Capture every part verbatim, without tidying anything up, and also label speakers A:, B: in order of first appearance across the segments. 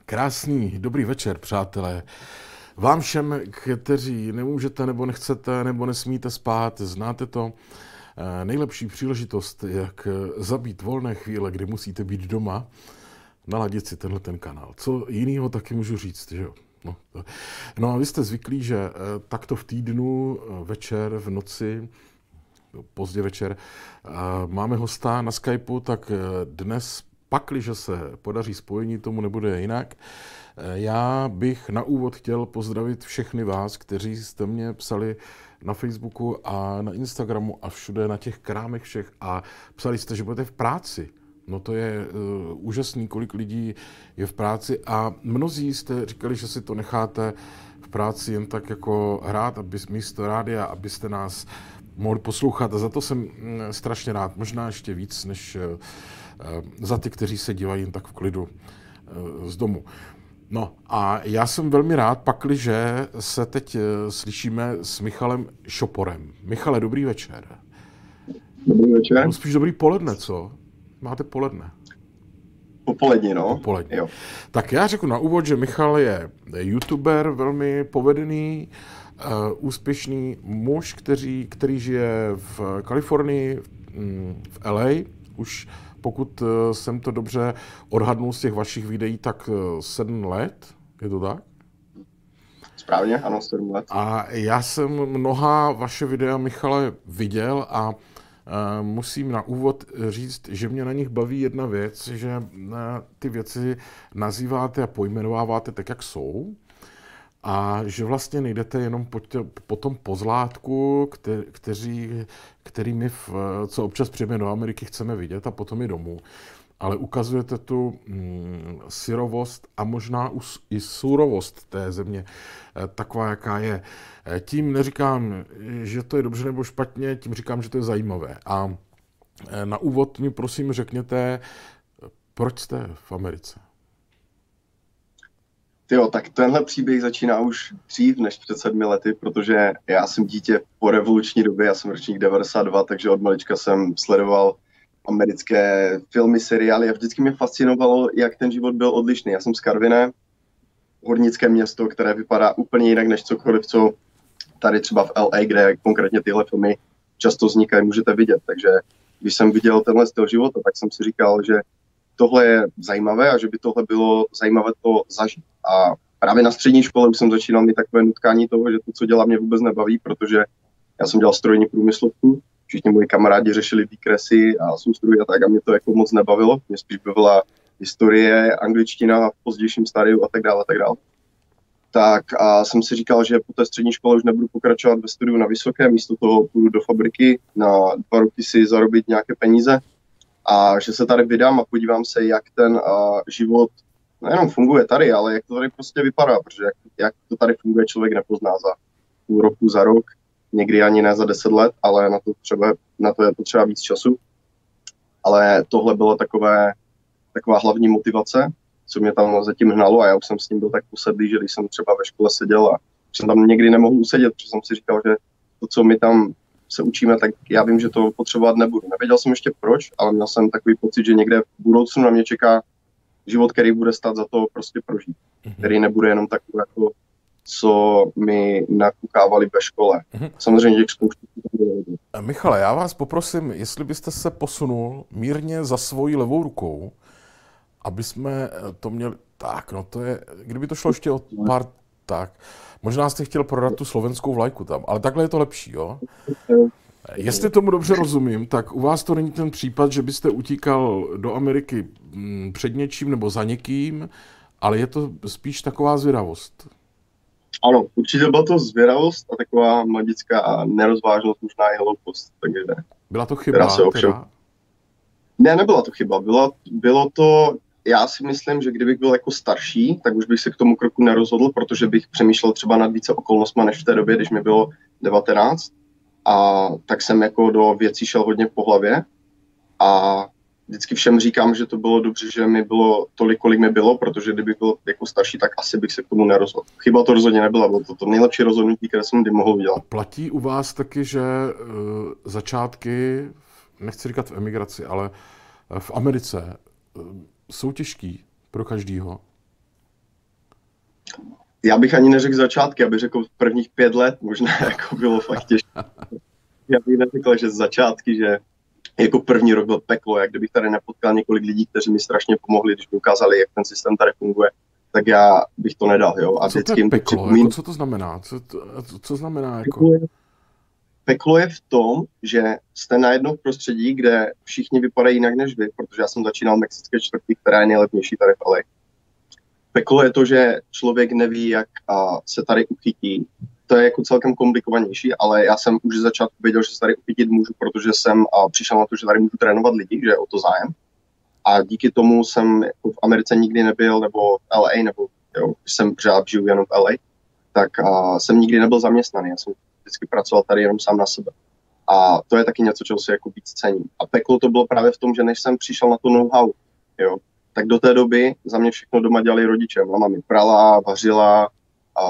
A: Krásný, dobrý večer, přátelé. Vám všem, kteří nemůžete, nebo nechcete, nebo nesmíte spát, znáte to, nejlepší příležitost, jak zabít volné chvíle, kdy musíte být doma, naladit si tenhle ten kanál. Co jinýho taky můžu říct, že jo? No, no a vy jste zvyklí, že takto v týdnu, večer, v noci, pozdě večer, máme hosta na Skypeu, tak dnes pakliže se podaří spojení, tomu nebude jinak. Já bych na úvod chtěl pozdravit všechny vás, kteří jste mě psali na Facebooku a na Instagramu a všude na těch krámech všech a psali jste, že budete v práci. No to je uh, úžasný, kolik lidí je v práci a mnozí jste říkali, že si to necháte v práci jen tak jako hrát, aby místo rádia, abyste nás mohli poslouchat a za to jsem strašně rád, možná ještě víc než uh, za ty, kteří se dívají jen tak v klidu uh, z domu. No a já jsem velmi rád, pakliže se teď uh, slyšíme s Michalem Šoporem. Michale, dobrý večer.
B: Dobrý večer.
A: No spíš dobrý poledne, co? Máte poledne?
B: Popolední, no.
A: Popolední.
B: Jo.
A: Tak já řeknu na úvod, že Michal je youtuber, velmi povedený, uh, úspěšný muž, který, který žije v Kalifornii, v L A, už pokud uh, jsem to dobře odhadnul z těch vašich videí, tak uh, sedm let, je to tak?
B: Správně, ano, sedm let.
A: A já jsem mnoha vaše videa, Michale, viděl a Uh, musím na úvod říct, že mě na nich baví jedna věc, že uh, ty věci nazýváte a pojmenováváte tak, jak jsou a že vlastně nejdete jenom po, tě, po tom pozlátku, kte, kteří, který my, v, co občas přijeme do Ameriky, chceme vidět a potom je domů, ale ukazujete tu mm, syrovost a možná i surovost té země, taková, jaká je. Tím neříkám, že to je dobře nebo špatně, tím říkám, že to je zajímavé. A na úvod mi prosím řekněte, proč jste v Americe?
B: Tyjo, tak tenhle příběh začíná už dřív než před sedmi lety, protože já jsem dítě po revoluční době, já jsem ročník devadesát dva, takže od malička jsem sledoval americké filmy, seriály a vždycky mě fascinovalo, jak ten život byl odlišný. Já jsem z Karviné, hornické město, které vypadá úplně jinak než cokoliv, co tady třeba v L A, kde konkrétně tyhle filmy často vznikají, můžete vidět. Takže když jsem viděl tenhle styl života, tak jsem si říkal, že tohle je zajímavé a že by tohle bylo zajímavé to zažít. A právě na střední škole už jsem začínal mít takové nutkání toho, že to, co dělám, mě vůbec nebaví, protože já jsem dělal strojní průmyslovku, všichni moji kamarádi řešili výkresy a soustruhy a tak a mě to jako moc nebavilo. Mě spíš bavila historie, angličtina v pozdějším stádiu a tak dále, a tak dále. Tak a jsem si říkal, že po té střední škole už nebudu pokračovat ve studiu na vysoké, místo toho půjdu do fabriky na dva roky si zarobit nějaké peníze a že se tady vydám a podívám se, jak ten uh, život nejenom funguje tady, ale jak to tady prostě vypadá, protože jak, jak to tady funguje, člověk nepozná za půl roku, za rok, někdy ani ne za deset let, ale na to, třeba, na to je potřeba víc času. Ale tohle bylo takové, taková hlavní motivace, co mě tam zatím hnalo a já už jsem s ním byl tak posedlý, že když jsem třeba ve škole seděl a jsem tam někdy nemohl usedět, protože jsem si říkal, že to, co my tam se učíme, tak já vím, že to potřebovat nebudu. Nevěděl jsem ještě proč, ale měl jsem takový pocit, že někde v budoucnu na mě čeká život, který bude stát za to prostě prožít. Mm-hmm. Který nebude jenom takový, jako co mi nakukávali ve škole. Mm-hmm. Samozřejmě těch spouštů.
A: Michale, já vás poprosím, jestli byste se posunul mírně za svojí levou rukou, aby jsme to měli, tak, no to je, kdyby to šlo ještě o pár, tak, možná jste chtěl prodat tu slovenskou vlajku tam, ale takhle je to lepší, jo? Jestli tomu dobře rozumím, tak u vás to není ten případ, že byste utíkal do Ameriky před něčím nebo za někým, ale je to spíš taková zvědavost.
B: Ano, určitě byla to zvědavost a taková mladická nerozvážnost, možná i hloupost, takže...
A: Byla to chyba,
B: ovšem... Ne, nebyla to chyba, bylo, bylo to... Já si myslím, že kdybych byl jako starší, tak už bych se k tomu kroku nerozhodl, protože bych přemýšlel třeba nad více okolnostma než v té době, když mi bylo devatenáct. A tak jsem jako do věcí šel hodně po hlavě. A vždycky všem říkám, že to bylo dobře, že mi bylo tolik, kolik mi bylo, protože kdybych byl jako starší, tak asi bych se k tomu nerozhodl. Chyba to rozhodně nebyla, bylo to to nejlepší rozhodnutí, které jsem kdy mohl udělat.
A: Platí u vás taky, že uh, začátky, nechci říkat v emigraci, ale v Americe uh, jsou těžký pro každýho?
B: Já bych ani neřekl začátky, já bych řekl prvních pět let, možná jako bylo fakt těžké. Já bych neřekl, že z začátky, že jako první rok byl peklo, jak kdybych tady nepotkal několik lidí, kteří mi strašně pomohli, když mi ukázali, jak ten systém tady funguje, tak já bych to nedal, jo. A
A: co to je peklo? To jako, co to znamená? Co, to, co znamená jako?
B: Peklo je, peklo je v tom, že jste najednou v prostředí, kde všichni vypadají jinak než vy, protože já jsem začínal v mexické čtvrti, která je nejlepnější tady v L A. Peklo je to, že člověk neví, jak a, se tady uchytí. To je jako celkem komplikovanější, ale já jsem už začátku věděl, že se tady uchytit můžu, protože jsem a, přišel na to, že tady můžu trénovat lidi, že je o to zájem. A díky tomu jsem jako v Americe nikdy nebyl, nebo v L A, nebo jo, jsem třeba žiju jenom v L A, tak a, jsem nikdy nebyl zaměstnaný. Já jsem vždycky pracoval tady jenom sám na sebe. A to je taky něco, čeho si jako víc cením. A peklo to bylo právě v tom, že než jsem přišel na to know-how, jo, tak do té doby za mě všechno doma dělali rodiče. Mama mi prala, vařila, a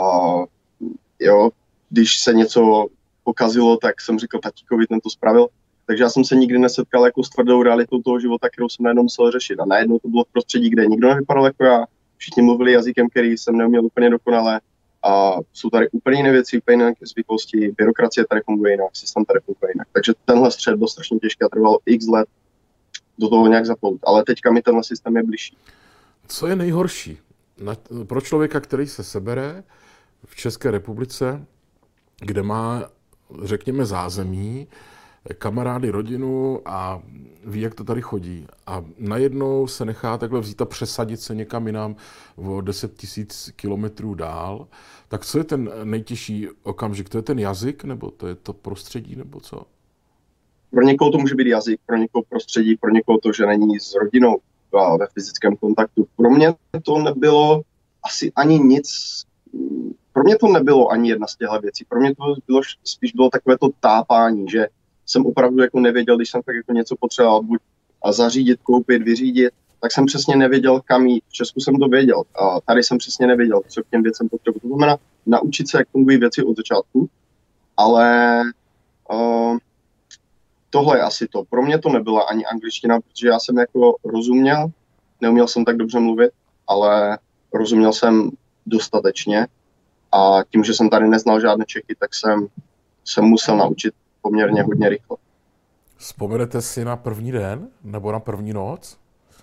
B: jo, když se něco pokazilo, tak jsem říkal tatíkovi, ten to spravil. Takže já jsem se nikdy nesetkal jako s tvrdou realitou toho života, kterou jsem najednou musel řešit. A najednou to bylo v prostředí, kde nikdo nevypadal jako já. Všichni mluvili jazykem, který jsem neuměl úplně dokonale. A jsou tady úplně jiné věci, úplně jiné zvyklosti, byrokracie tady funguje jinak, systém tady funguje jinak. Takže tenhle střed byl strašně těžký a trval x let do toho nějak zaplout. Ale teďka mi tenhle systém je bližší.
A: Co je nejhorší na, pro člověka, který se sebere v České republice, kde má, řekněme, zázemí, kamarády, rodinu a ví, jak to tady chodí. A najednou se nechá takhle vzít a přesadit se někam jinam o deset tisíc kilometrů dál. Tak co je ten nejtěžší okamžik? To je ten jazyk, nebo to je to prostředí, nebo co?
B: Pro někoho to může být jazyk, pro někoho prostředí, pro někoho to, že není s rodinou ve fyzickém kontaktu. Pro mě to nebylo asi ani nic, pro mě to nebylo ani jedna z těchto věcí. Pro mě to bylo spíš bylo takové to tápání, že jsem opravdu jako nevěděl, když jsem tak jako něco potřeboval buď a zařídit, koupit, vyřídit, tak jsem přesně nevěděl, kam jít. V Česku jsem to věděl, a tady jsem přesně nevěděl, co k těm věcem potřebuji. To znamená naučit se, jak fungují věci od začátku, ale uh, tohle je asi to. Pro mě to nebyla ani angličtina, protože já jsem jako rozuměl, neuměl jsem tak dobře mluvit, ale rozuměl jsem dostatečně a tím, že jsem tady neznal žádné Čechy, tak jsem se musel naučit poměrně hodně rychle.
A: Vzpomenete si na první den nebo na první noc?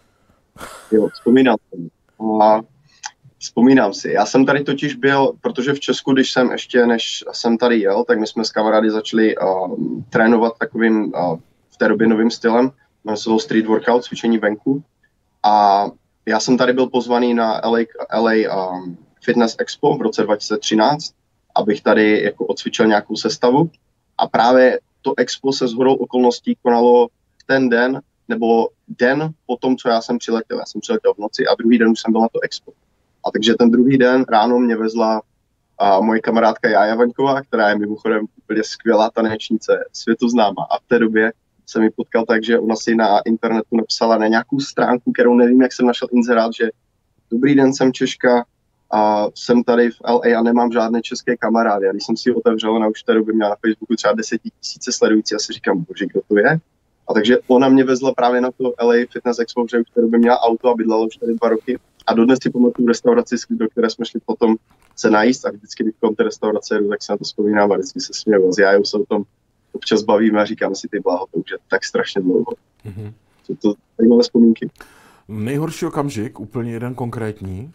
B: Jo, vzpomínám si. A vzpomínám si. Já jsem tady totiž byl, protože v Česku, když jsem ještě, než jsem tady jel, tak my jsme s kamarády začali uh, trénovat takovým uh, v té době novým stylem, jmenuje se to street workout, cvičení venku. A já jsem tady byl pozvaný na L A, L A um, Fitness Expo v roce dva tisíce třináct, abych tady jako odcvičil nějakou sestavu. A právě to expo se shodou okolností konalo v ten den, nebo den po tom, co já jsem přiletěl. Já jsem přiletěl v noci a druhý den už jsem byl na to expo. A takže ten druhý den ráno mě vezla a moje kamarádka Jája Vaňková, která je mimochodem úplně skvělá tanečnice, světoznáma. A v té době jsem ji potkal tak, že ona si na internetu napsala na nějakou stránku, kterou nevím, jak jsem našel inzerát, že dobrý den, jsem Češka, a jsem tady v L A a nemám žádné české kamarády. A když jsem si ji otevřel, ona už v té době měla na Facebooku třeba deset tisíce sledující, a si říkám, bože, kdo to je? A takže ona mě vezla právě na to L A Fitness Expo, že už v té době měla auto a bydlela už tady dva roky. A dodnes si pamatuju restauraci, do které jsme šli potom se najíst a vždycky, když kolem té restaurace jdu, tak se na to vzpomínám a vždycky se směju. S Jájou se o tom občas bavíme a říkám si, ty bláho, to už je tak strašně dlouho. Mm-hmm. Jsou to zajímavé vzpomínky.
A: Nejhorší okamžik, úplně jeden konkrétní.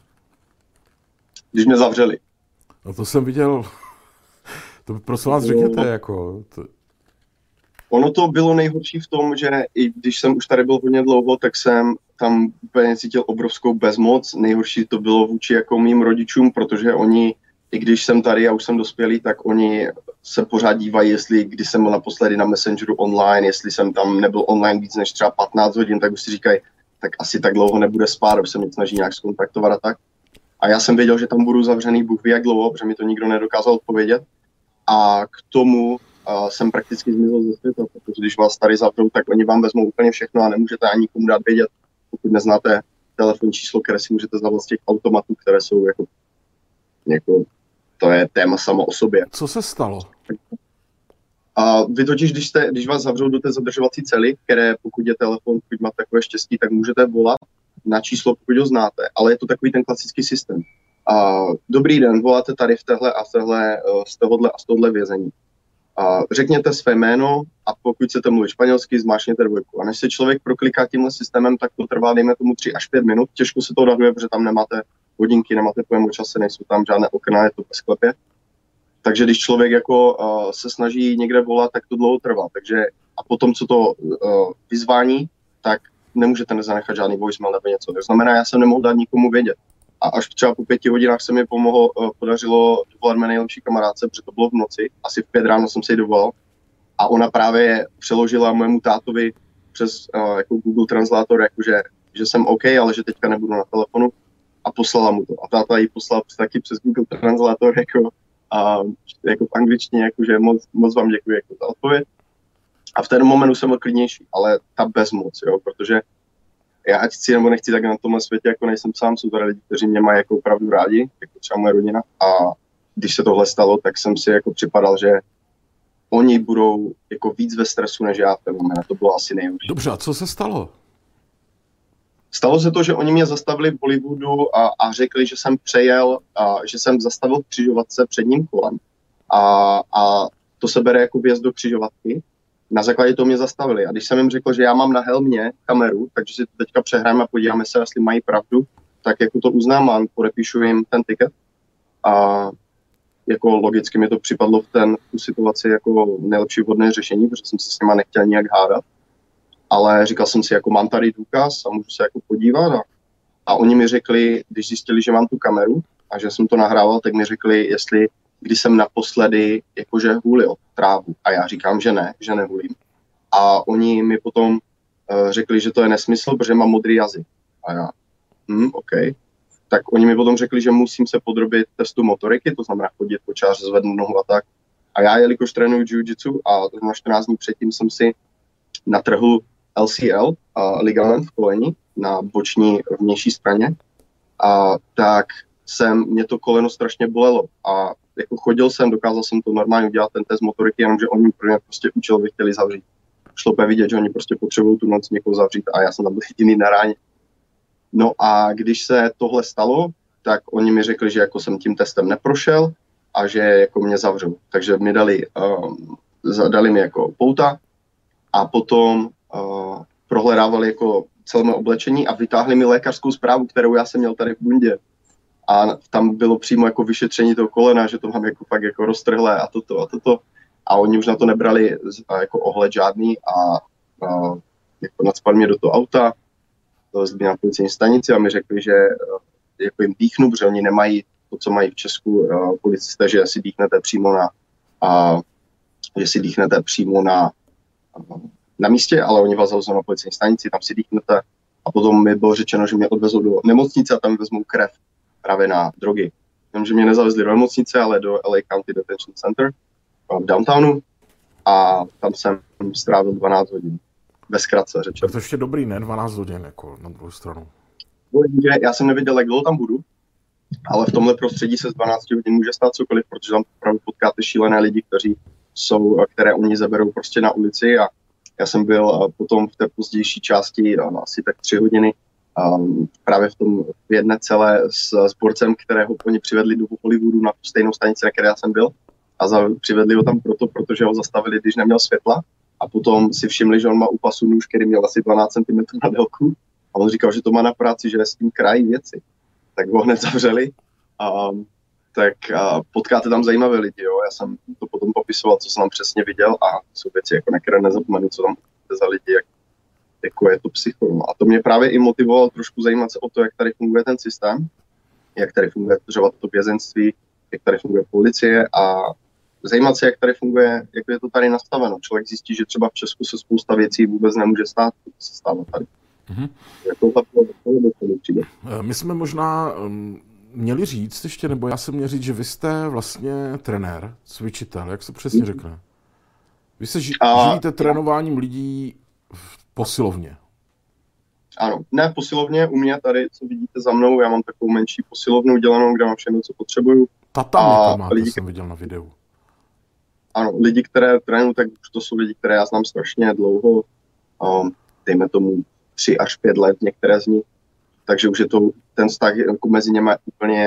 B: Když mě zavřeli.
A: No to jsem viděl, to by prosím vás řekněte, no, jako... To...
B: Ono to bylo nejhorší v tom, že i když jsem už tady byl hodně dlouho, tak jsem tam úplně cítil obrovskou bezmoc. Nejhorší to bylo vůči jako mým rodičům, protože oni, i když jsem tady a už jsem dospělý, tak oni se pořád dívají, jestli když jsem byl naposledy na Messengeru online, jestli jsem tam nebyl online víc než třeba patnáct hodin, tak už si říkají, tak asi tak dlouho nebude spát, už se mě snaží nějak zkontaktovat a tak. A já jsem věděl, že tam budu zavřený bůh ví jak dlouho, protože mi to nikdo nedokázal odpovědět. A k tomu uh, jsem prakticky zmizel ze světa, protože když vás tady zavřou, tak oni vám vezmou úplně všechno a nemůžete ani komu dát vědět, pokud neznáte telefonní číslo, které si můžete zavolat z těch automatů, které jsou jako, jako, to je téma samo o sobě.
A: Co se stalo?
B: A vy totiž, když, jste, když vás zavřou do té zadržovací cely, které pokud je telefon, pokud máte takové štěstí, tak můžete volat na číslo, pokud ho znáte, ale je to takový ten klasický systém. Uh, dobrý den, voláte tady v téhle a v téhle, uh, z tohohle a z tohohle vězení. Uh, řekněte své jméno a pokud chcete mluvit španělsky, zmáčkněte dvojku. A než se člověk prokliká tímhle systémem, tak to trvá, dejme tomu, tři až pět minut. Těžko se to odhaduje, protože tam nemáte hodinky, nemáte pojem o čase, nejsou tam žádné okna, je to bez sklepě. Takže když člověk jako uh, se snaží někde volat, tak to dlouho trvá. Takže a potom, co to uh, vyzvání, tak nemůžete nezanechat žádný voicemail nebo něco. To znamená, já jsem nemohl dát nikomu vědět. A až třeba po pěti hodinách se mi pomohlo, uh, podařilo dovolat mé nejlepší kamarádce, protože to bylo v noci. Asi v pět ráno jsem se jí dovolal. A ona právě přeložila mému tátovi přes uh, jako Google Translator, jakože, že jsem OK, ale že teďka nebudu na telefonu. A poslala mu to. A táta jí poslal taky přes Google Translator, jako, a, jako v angličtině, jakože moc, moc vám děkuji jako za odpověď. A v ten momentu jsem byl klidnější, ale ta bezmoc, jo, protože já ať chci nebo nechci, tak na tomhle světě jako nejsem sám, jsou tady lidi, kteří mě mají jako opravdu rádi, jako třeba moje rodina. A když se tohle stalo, tak jsem si jako připadal, že oni budou jako víc ve stresu než já v ten moment. To bylo asi nejhorší.
A: Dobře, a co se stalo?
B: Stalo se to, že oni mě zastavili v Hollywoodu a, a řekli, že jsem přejel, a, že jsem zastavil křižovatce předním kolem. A, a to se bere jako vjezd do křižovatky. Na základě toho mě zastavili. A když jsem jim řekl, že já mám na helmě kameru, takže si to teďka přehrajeme a podíváme se, jestli mají pravdu, tak jako to uznám a podepíšu jim ten tiket. A jako logicky mi to připadlo v ten tu situaci jako nejlepší vhodné řešení, protože jsem se s nima nechtěl nijak hádat. Ale říkal jsem si, jako mám tady důkaz a můžu se jako podívat. A, a oni mi řekli, když zjistili, že mám tu kameru a že jsem to nahrával, tak mi řekli, jestli když jsem naposledy jakože hulil trávu. A já říkám, že ne, že nehulím. A oni mi potom uh, řekli, že to je nesmysl, protože mám modrý jazyk. A já, hm, OK. Tak oni mi potom řekli, že musím se podrobit testu motoriky, to znamená chodit po čáře, zvednout nohu a tak. A já, jelikož trénuju jiu-jitsu a na čtrnáct dní předtím jsem si natrhl L C L, uh, ligament v koleni, na boční vnější straně, a tak jsem, mě to koleno strašně bolelo. A jako chodil jsem, dokázal jsem to normálně udělat, ten test motoriky, jenomže oni pro mě prostě účelově chtěli zavřít. Šlo by vidět, že oni prostě potřebují tu noc někoho zavřít a já jsem tam byl jediný na ráně. No a když se tohle stalo, tak oni mi řekli, že jako jsem tím testem neprošel a že jako mě zavřou. Takže mi dali, um, dali mi jako pouta a potom uh, prohledávali jako celé mé oblečení a vytáhli mi lékařskou zprávu, kterou já jsem měl tady v bundě. A tam bylo přímo jako vyšetření toho kolena, že to mám jako fakt jako roztrhlé a toto a toto. A oni už na to nebrali jako ohled žádný a, a jako nacpali mě do toho auta, dovezli mě na policejní stanici a mi řekli, že jako jim dýchnu, protože oni nemají to, co mají v Česku policisté, že si dýchnete přímo na, a, že si dýchnete přímo na, na místě, ale oni vás zavřou na policejní stanici, tam si dýchnete a potom mi bylo řečeno, že mě odvezou do nemocnice a tam vezmou krev právě na drogy. Jenomže mě nezavezli do nemocnice, ale do L A County Detention Center v downtownu a tam jsem strávil dvanáct hodin. Ve zkratce řečeno.
A: To ještě dobrý, ne? dvanáct hodin jako na druhou stranu.
B: Já jsem nevěděl, jak dlouho tam budu, ale v tomhle prostředí se z dvanáct hodin může stát cokoliv, protože tam opravdu potkáte šílené lidi, kteří jsou, které oni zaberou prostě na ulici a já jsem byl potom v té pozdější části asi tak tři hodiny Um, právě v tom v jedné celé s, s borcem, kterého oni přivedli do Hollywoodu na tu stejnou stanici, na které já jsem byl. A za, přivedli ho tam proto, protože ho zastavili, když neměl světla. A potom si všimli, že on má u pasu nůž, který měl asi dvanáct centimetrů na délku. A on říkal, že to má na práci, že s tím krají věci. Tak ho hned zavřeli. Um, tak uh, potkáte tam zajímavé lidi. Jo? Já jsem to potom popisoval, co jsem tam přesně viděl a jsou věci, jako na které nezapomenu, co tam za lidi, jak jako je to psycho. A to mě právě i motivovalo trošku zajímat se o to, jak tady funguje ten systém, jak tady funguje třeba to vězenství, jak tady funguje policie a zajímat se, jak tady funguje, jak je to tady nastaveno. Člověk zjistí, že třeba v Česku se spousta věcí vůbec nemůže stát, to se stává tady. Mm-hmm. Jako
A: My jsme možná um, měli říct ještě, nebo já jsem měl říct, že vy jste vlastně trenér, cvičitel, jak se přesně řekne? Vy se ži- a, živíte trénováním lidí v posilovně.
B: Ano, ne posilovně, u mě tady, co vidíte za mnou, já mám takovou menší posilovnu udělanou, kde mám všechno, co potřebuju.
A: Tatami to máte, lidi, jsem viděl na videu.
B: Ano, lidi, které trénuju, tak už to jsou lidi, které já znám strašně dlouho, um, dejme tomu tři až pět let, některé z nich, takže už je to, ten vztah jako mezi němi úplně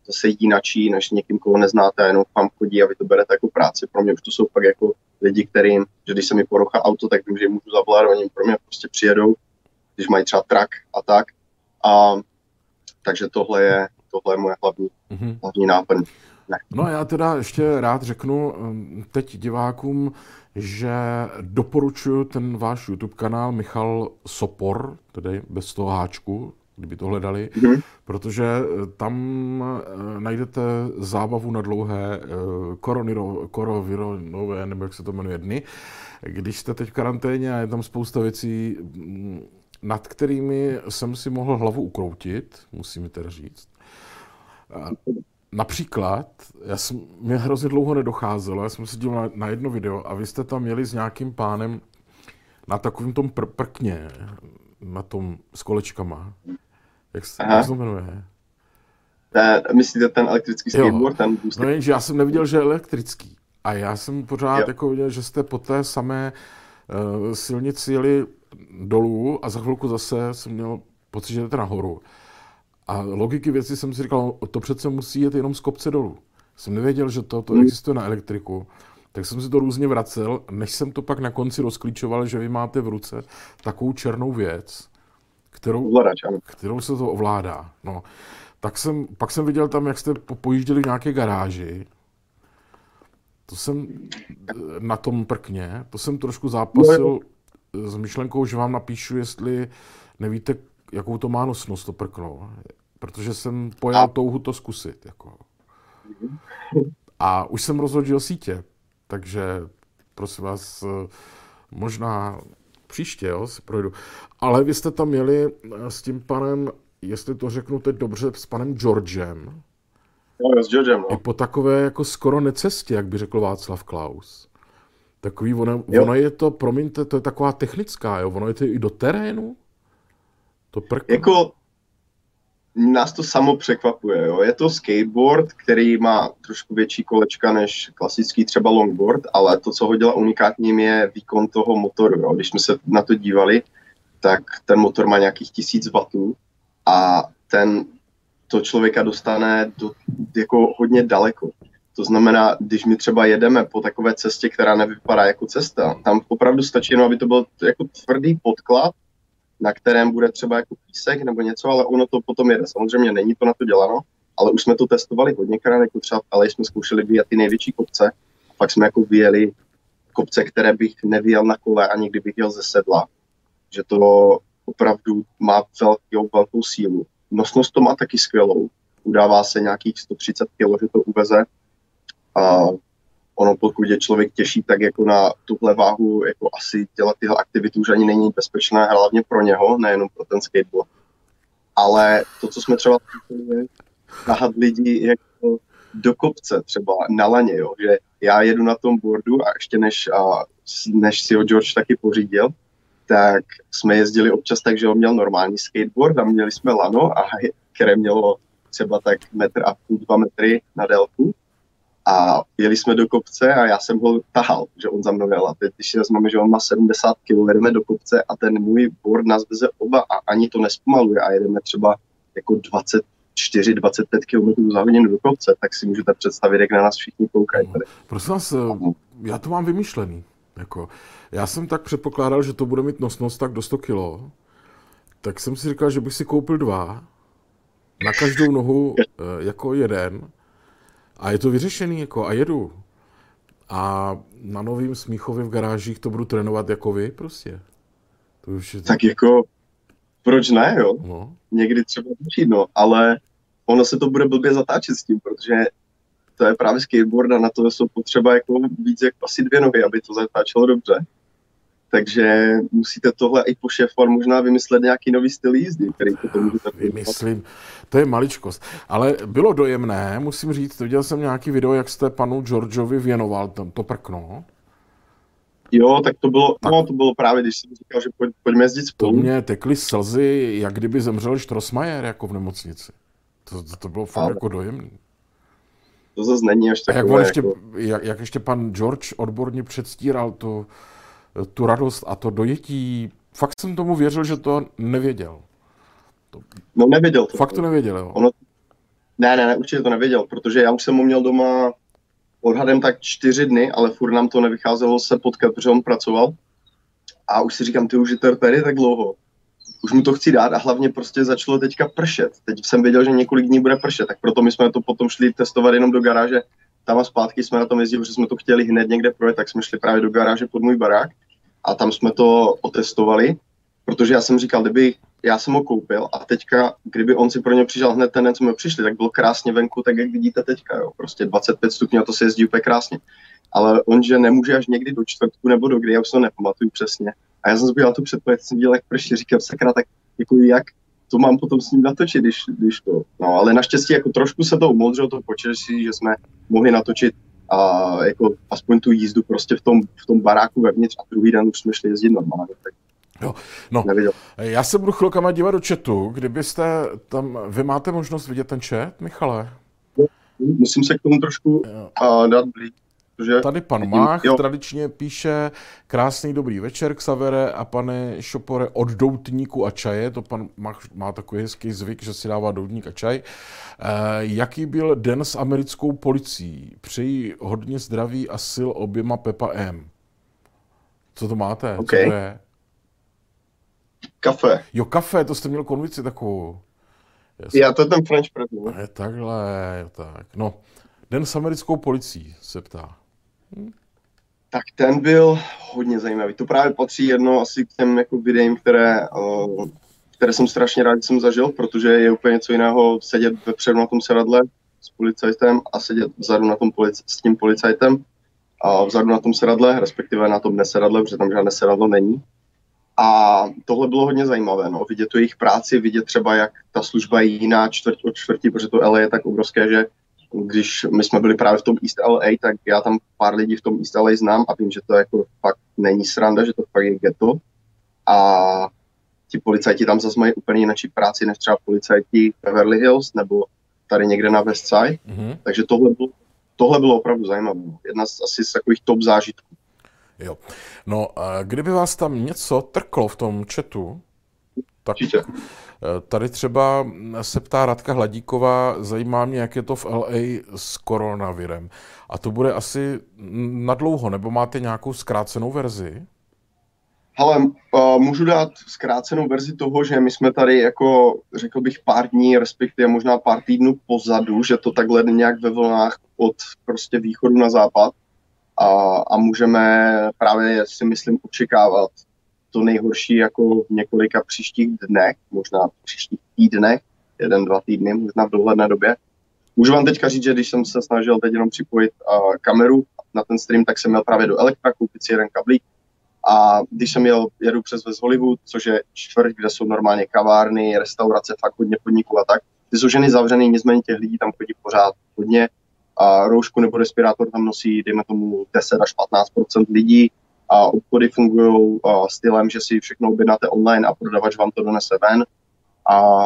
B: zase jinačí, než někým, koho neznáte, jenom vám chodí a vy to berete jako práci. Pro mě už to jsou pak jako lidi, kterým, že když se mi poruchá auto, tak vím, že jim můžu zavolat, oni pro mě prostě přijedou, když mají třeba trak a tak. A takže tohle je, tohle je moje hlavní, mm-hmm. hlavní náplň. Ne.
A: No a já teda ještě rád řeknu teď divákům, že doporučuji ten váš YouTube kanál Michal Sopor, tedy bez toho háčku, kdyby to hledali, mm-hmm. protože tam najdete zábavu na dlouhé koronavirové, nebo jak se to jmenuje, dny. Když jste teď v karanténě a je tam spousta věcí, nad kterými jsem si mohl hlavu ukroutit, musím mi teda říct. Například, já jsem, mě hrozně dlouho nedocházelo, já jsem se díval na, na jedno video a vy jste tam měli s nějakým pánem na takovém tom pr- prkně, na tom s kolečkama. Jak se to jmenuje?
B: Ten, myslíte ten elektrický skateboard? Ten booster?
A: No jenže já jsem neviděl, že je elektrický. A já jsem pořád jo. jako viděl, že jste po té samé uh, silnici jeli dolů a za chvilku zase jsem měl pocit, že jdete nahoru. A logiky věci jsem si říkal, to přece musí jet jenom z kopce dolů. Jsem nevěděl, že to, to hmm. existuje na elektriku. Tak jsem si to různě vracel, než jsem to pak na konci rozklíčoval, že vy máte v ruce takovou černou věc, kterou, kterou se to ovládá. No. Tak jsem, pak jsem viděl tam, jak jste pojížděli v nějaké garáži. To jsem na tom prkně, to jsem trošku zápasil s myšlenkou, že vám napíšu, jestli nevíte, jakou to má nosnost, to prkno. Protože jsem pojal touhu to zkusit. Jako. A už jsem rozhodl sítě, takže prosím vás, možná příště, jo, si projdu. Ale vy jste tam měli s tím panem, jestli to řeknu teď dobře, s panem Georgem.
B: Jo, s Georgem, no.
A: I po takové jako skoro necestě, jak by řekl Václav Klaus. Takový, ono, ono je to, promiňte, to je taková technická, jo, ono je to i do terénu. To prkno.
B: Jako, nás to samo překvapuje, jo. Je to skateboard, který má trošku větší kolečka než klasický třeba longboard, ale to, co ho dělá unikátním, je výkon toho motoru, jo. Když jsme se na to dívali, tak ten motor má nějakých tisíc wattů a ten to člověka dostane do, jako hodně daleko. To znamená, když my třeba jedeme po takové cestě, která nevypadá jako cesta, tam opravdu stačí jenom, aby to byl jako tvrdý podklad, na kterém bude třeba jako písek nebo něco, ale ono to potom jede. Samozřejmě není to na to děláno, ale už jsme to testovali hodněkrát, jako třeba ale jsme zkoušeli vyjet ty největší kopce, a pak jsme jako vyjeli kopce, které bych nevyjel na kole, ani kdybych jel ze sedla. Že to opravdu má velkou, velkou sílu. Nosnost to má taky skvělou. Udává se nějakých sto třicet kilo, že to uveze. A ono, pokud je člověk těžší, tak jako na tuhle váhu jako asi dělat tyhle aktivity už ani není bezpečné, hlavně pro něho, nejenom pro ten skateboard. Ale to, co jsme třeba je tahat lidi jako do kopce, třeba na laně, jo? Že já jedu na tom boardu a ještě než, a, než si ho George taky pořídil, tak jsme jezdili občas tak, že on měl normální skateboard a měli jsme lano, a které mělo třeba tak metr a půl, dva metry na délku. A jeli jsme do kopce a já jsem ho tahal, že on za mnou jel. A teď, když si vezmeme, že on má sedmdesát kilo, jedeme do kopce a ten můj board nás veze oba a ani to nespomaluje a jedeme třeba jako dvacet čtyři dvacet pět kilometrů za hodinu do kopce, tak si můžete představit, jak na nás všichni koukají.
A: No, prosím vás, já to mám vymyšlený. Jako, já jsem tak předpokládal, že to bude mít nosnost tak do sto kilo, tak jsem si říkal, že bych si koupil dva, na každou nohu jako jeden, a je to vyřešený, jako, a jedu. A na Novým Smíchově v garážích to budu trénovat jako vy, prostě. To už je...
B: Tak jako, proč ne, jo?
A: No.
B: Někdy třeba začít, no, ale ono se to bude blbě zatáčet s tím, protože to je právě skateboard a na to jsou potřeba jako víc jak asi dvě nohy, aby to zatáčelo dobře. Takže musíte tohle i pošéfovat, možná vymyslet nějaký nový styl jízdy, který to můžete
A: vymyslím. To je maličkost. Ale bylo dojemné, musím říct, viděl jsem nějaký video, jak jste panu Georgeovi věnoval to, to prkno.
B: Jo, tak to bylo, tak. No, to bylo právě, když jsem říkal, že pojď, pojďme jezdit spolu.
A: To mě tekly slzy, jak kdyby zemřel Strossmayer jako v nemocnici. To, to, to bylo fakt Ale. jako dojemný.
B: To zase není až takové.
A: Jak, ještě,
B: jako...
A: jak, jak ještě pan George odborně předstíral tu, tu radost a to dojetí, fakt jsem tomu věřil, že to nevěděl. To...
B: No nevěděl to.
A: Fakt to nevěděl, jo.
B: Ono, Ne, ne, ne, určitě to nevěděl, protože já už jsem ho měl doma odhadem tak čtyři dny, ale furt nám to nevycházelo se potkat, protože on pracoval. A už si říkám, ty už je to tady tak dlouho. Už mu to chci dát a hlavně prostě začalo teďka pršet. Teď jsem věděl, že několik dní bude pršet, tak proto my jsme to potom šli testovat jenom do garáže. Tam a zpátky jsme na tom jezdili, že jsme to chtěli hned někde projet, tak jsme šli právě do garáže pod můj barák a tam jsme to otestovali, protože já jsem říkal, kdyby já jsem ho koupil a teďka, kdyby on si pro ně přišel hned ten den, co jsme přišli, tak bylo krásně venku, tak jak vidíte teďka, jo. Prostě dvacet pět stupňů a to se jezdí úplně krásně. Ale on, že nemůže až někdy do čtvrtku nebo do kdy, já už to nepamatuju přesně. A já jsem zbýval tu předpověď, jsem viděl, jak prší, říkám, sakra, tak jako jak to mám potom s ním natočit, když, když to, no, ale naštěstí jako trošku se to umodřilo, to počasí, že jsme mohli natočit a jako aspoň tu jízdu prostě v tom, v tom baráku vevnitř a druhý den už jsme šli jezdit normálně, tak
A: jo, no, neviděl. Já se budu chvilkama dívat do chatu, kdybyste tam, vy máte možnost vidět ten chat, Michale?
B: Musím se k tomu trošku uh, dát blíž. Že...
A: Tady pan Mách jo. tradičně píše krásný dobrý večer, Xavere a pane Šopore, od doutníku a čaje. To pan Mách má takový hezký zvyk, že si dává doutník a čaj. E, jaký byl den s americkou policií? Přeji hodně zdraví a sil oběma Pepa M. Co to máte?
B: Okay.
A: Co to je?
B: Kafe.
A: Jo, kafe, to jste měl konvici takovou.
B: Jasně. Já to je ten French press.
A: Je takhle, je tak. No, den s americkou policií se ptá. Hm?
B: Tak ten byl hodně zajímavý. To právě patří jedno asi k těm jako videím, které, uh, které jsem strašně rád, že jsem zažil, protože je úplně něco jiného sedět vepředu na tom sedadle s policajtem a sedět vzadu na tom polic- s tím policajtem a vzadu na tom sedadle, respektive na tom nesedadle, protože tam žádné sedadlo není. A tohle bylo hodně zajímavé, no, vidět tu jejich práci, vidět třeba, jak ta služba je jiná čtvrť od čtvrtí, protože to L A je tak obrovské, že když my jsme byli právě v tom East L A, tak já tam pár lidí v tom East L A znám a vím, že to jako fakt není sranda, že to fakt je ghetto. A ti policajti tam zase mají úplně jináčí práci, než třeba policajti Beverly Hills nebo tady někde na West Side. Mm-hmm. Takže tohle bylo, tohle bylo opravdu zajímavé. Jedna z asi z takových top zážitků.
A: Jo. No, a kdyby vás tam něco trklo v tom chatu, tak
B: Určitě.
A: Tady třeba se ptá Radka Hladíková, zajímá mě, jak je to v L A s koronavirem. A to bude asi nadlouho, nebo máte nějakou zkrácenou verzi?
B: Hele, uh, můžu dát zkrácenou verzi toho, že my jsme tady jako, řekl bych, pár dní, respektive možná pár týdnů pozadu, že to takhle nějak ve vlnách od prostě východu na západ a, a můžeme právě, si myslím, očekávat to nejhorší jako v několika příštích dnech, možná v příštích týdnech, jeden, dva týdny, možná v dohledné době. Můžu vám teďka říct, že když jsem se snažil teď jenom připojit uh, kameru na ten stream, tak jsem měl právě do Elektra koupit si jeden kablík. A když jsem jel, jedu přes West Hollywood, což je čtvrť, kde jsou normálně kavárny, restaurace, fakt hodně podniků a tak, ty jsou ženy zavřený, nicméně těch lidí tam chodí pořád hodně. A roušku nebo respirátor tam nosí, dejme tomu, deset až patnáct procent lidí. A obchody fungují stylem, že si všechno objednáte online a prodavač vám to donese ven. A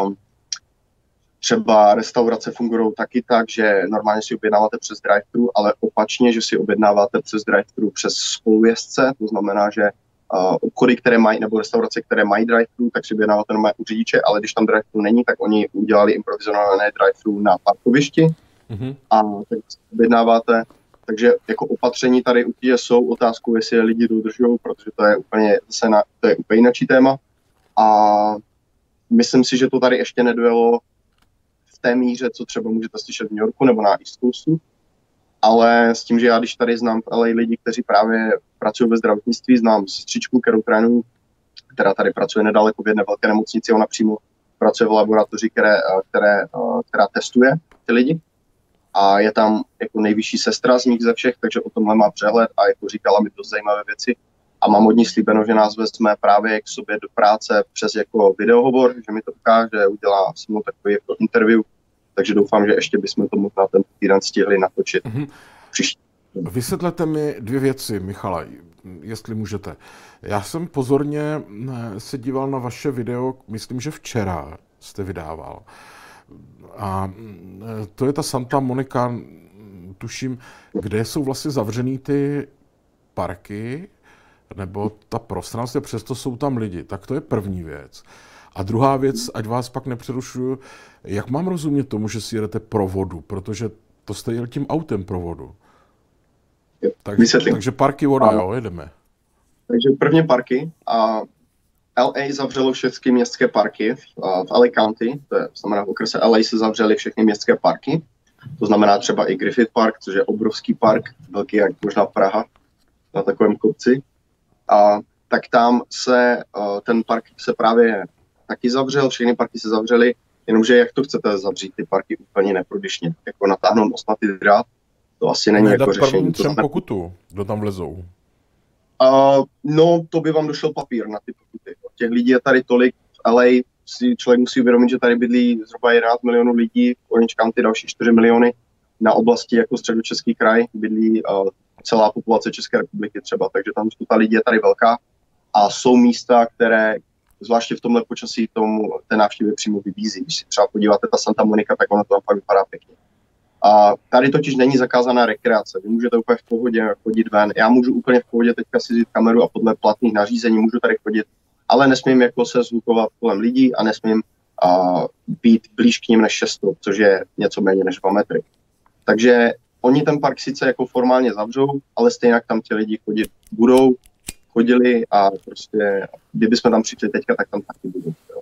B: třeba restaurace fungují taky tak, že normálně si objednáváte přes drive-thru, ale opačně, že si objednáváte přes drive-thru přes spolujezdce. To znamená, že uh, obchody, které mají, nebo restaurace, které mají drive-thru, tak si objednáváte normálně u řidiče, ale když tam drive-thru není, tak oni udělali improvizované drive-thru na parkovišti mm-hmm. a tak si objednáváte. Takže jako opatření tady určitě jsou, otázkou, jestli je lidi dodržují, protože to je úplně, zase na, to je úplně jiný téma. A myslím si, že to tady ještě nedojelo v té míře, co třeba můžete slyšet v New Yorku nebo na East Coastu. Ale s tím, že já když tady znám v L A lidi, kteří právě pracují ve zdravotnictví, znám sestřičku, kterou trénuju, která tady pracuje nedaleko v jedné velké nemocnici, ona přímo pracuje v laboratoři, které, které, která testuje ty lidi. A je tam jako nejvyšší sestra z nich ze všech, takže o tomhle má přehled a jako říkala mi dost zajímavé věci. A mám od ní slíbeno, že nás vezme právě k sobě do práce přes jako videohovor, že mi to ukáže, udělá se mnou takový jako interview. Takže doufám, že ještě bychom to možná ten týden stihli natočit. Mm-hmm. Příští.
A: Vysvětlete mi dvě věci, Michala, jestli můžete. Já jsem pozorně se díval na vaše video, myslím, že včera jste vydával. A to je ta Santa Monica, tuším, kde jsou vlastně zavřený ty parky, nebo ta prostranství, přesto jsou tam lidi. Tak to je první věc. A druhá věc, ať vás pak nepřerušuju, jak mám rozumět tomu, že si jedete pro vodu, protože to jste jel tím autem pro vodu. Takže, takže parky, voda, a, jo, jedeme.
B: Takže prvně parky a L A zavřelo všechny městské parky v, v L A County, to je, znamená v okrese L A se zavřely všechny městské parky, to znamená třeba i Griffith Park, což je obrovský park, velký jak možná Praha, na takovém kopci. A tak tam se ten park se právě taky zavřel, všechny parky se zavřely, jenomže jak to chcete zavřít ty parky úplně neprodyšně, jako natáhnout ostnatý drát, to asi není jako řešení.
A: Třem pokutu, kdo tam vlezou.
B: Uh, no, to by vám došel papír na ty pokuty. Těch lidí je tady tolik, v L A si člověk musí uvědomit, že tady bydlí zhruba jedenáct milionů lidí, v Orange County další čtyři miliony, na oblasti jako Středočeský kraj bydlí uh, celá populace České republiky třeba, takže tam ta lidí je tady velká a jsou místa, které zvláště v tomhle počasí tomu té návštěvy přímo vybízí. Když si třeba podíváte ta Santa Monica, tak ona to tam fakt vypadá pěkně. A tady totiž není zakázaná rekreace. Vy můžete úplně v pohodě chodit ven. Já můžu úplně v pohodě teďka si vzít kameru a podle platných nařízení můžu tady chodit, ale nesmím jako se zhlukovat kolem lidí a nesmím uh, být blíž k ním než šest stop, což je něco méně než dva metry. Takže oni ten park sice jako formálně zavřou, ale stejně tam ti lidi chodit budou, chodili a prostě, kdyby jsme tam přišli teďka, tak tam taky budou. Jo.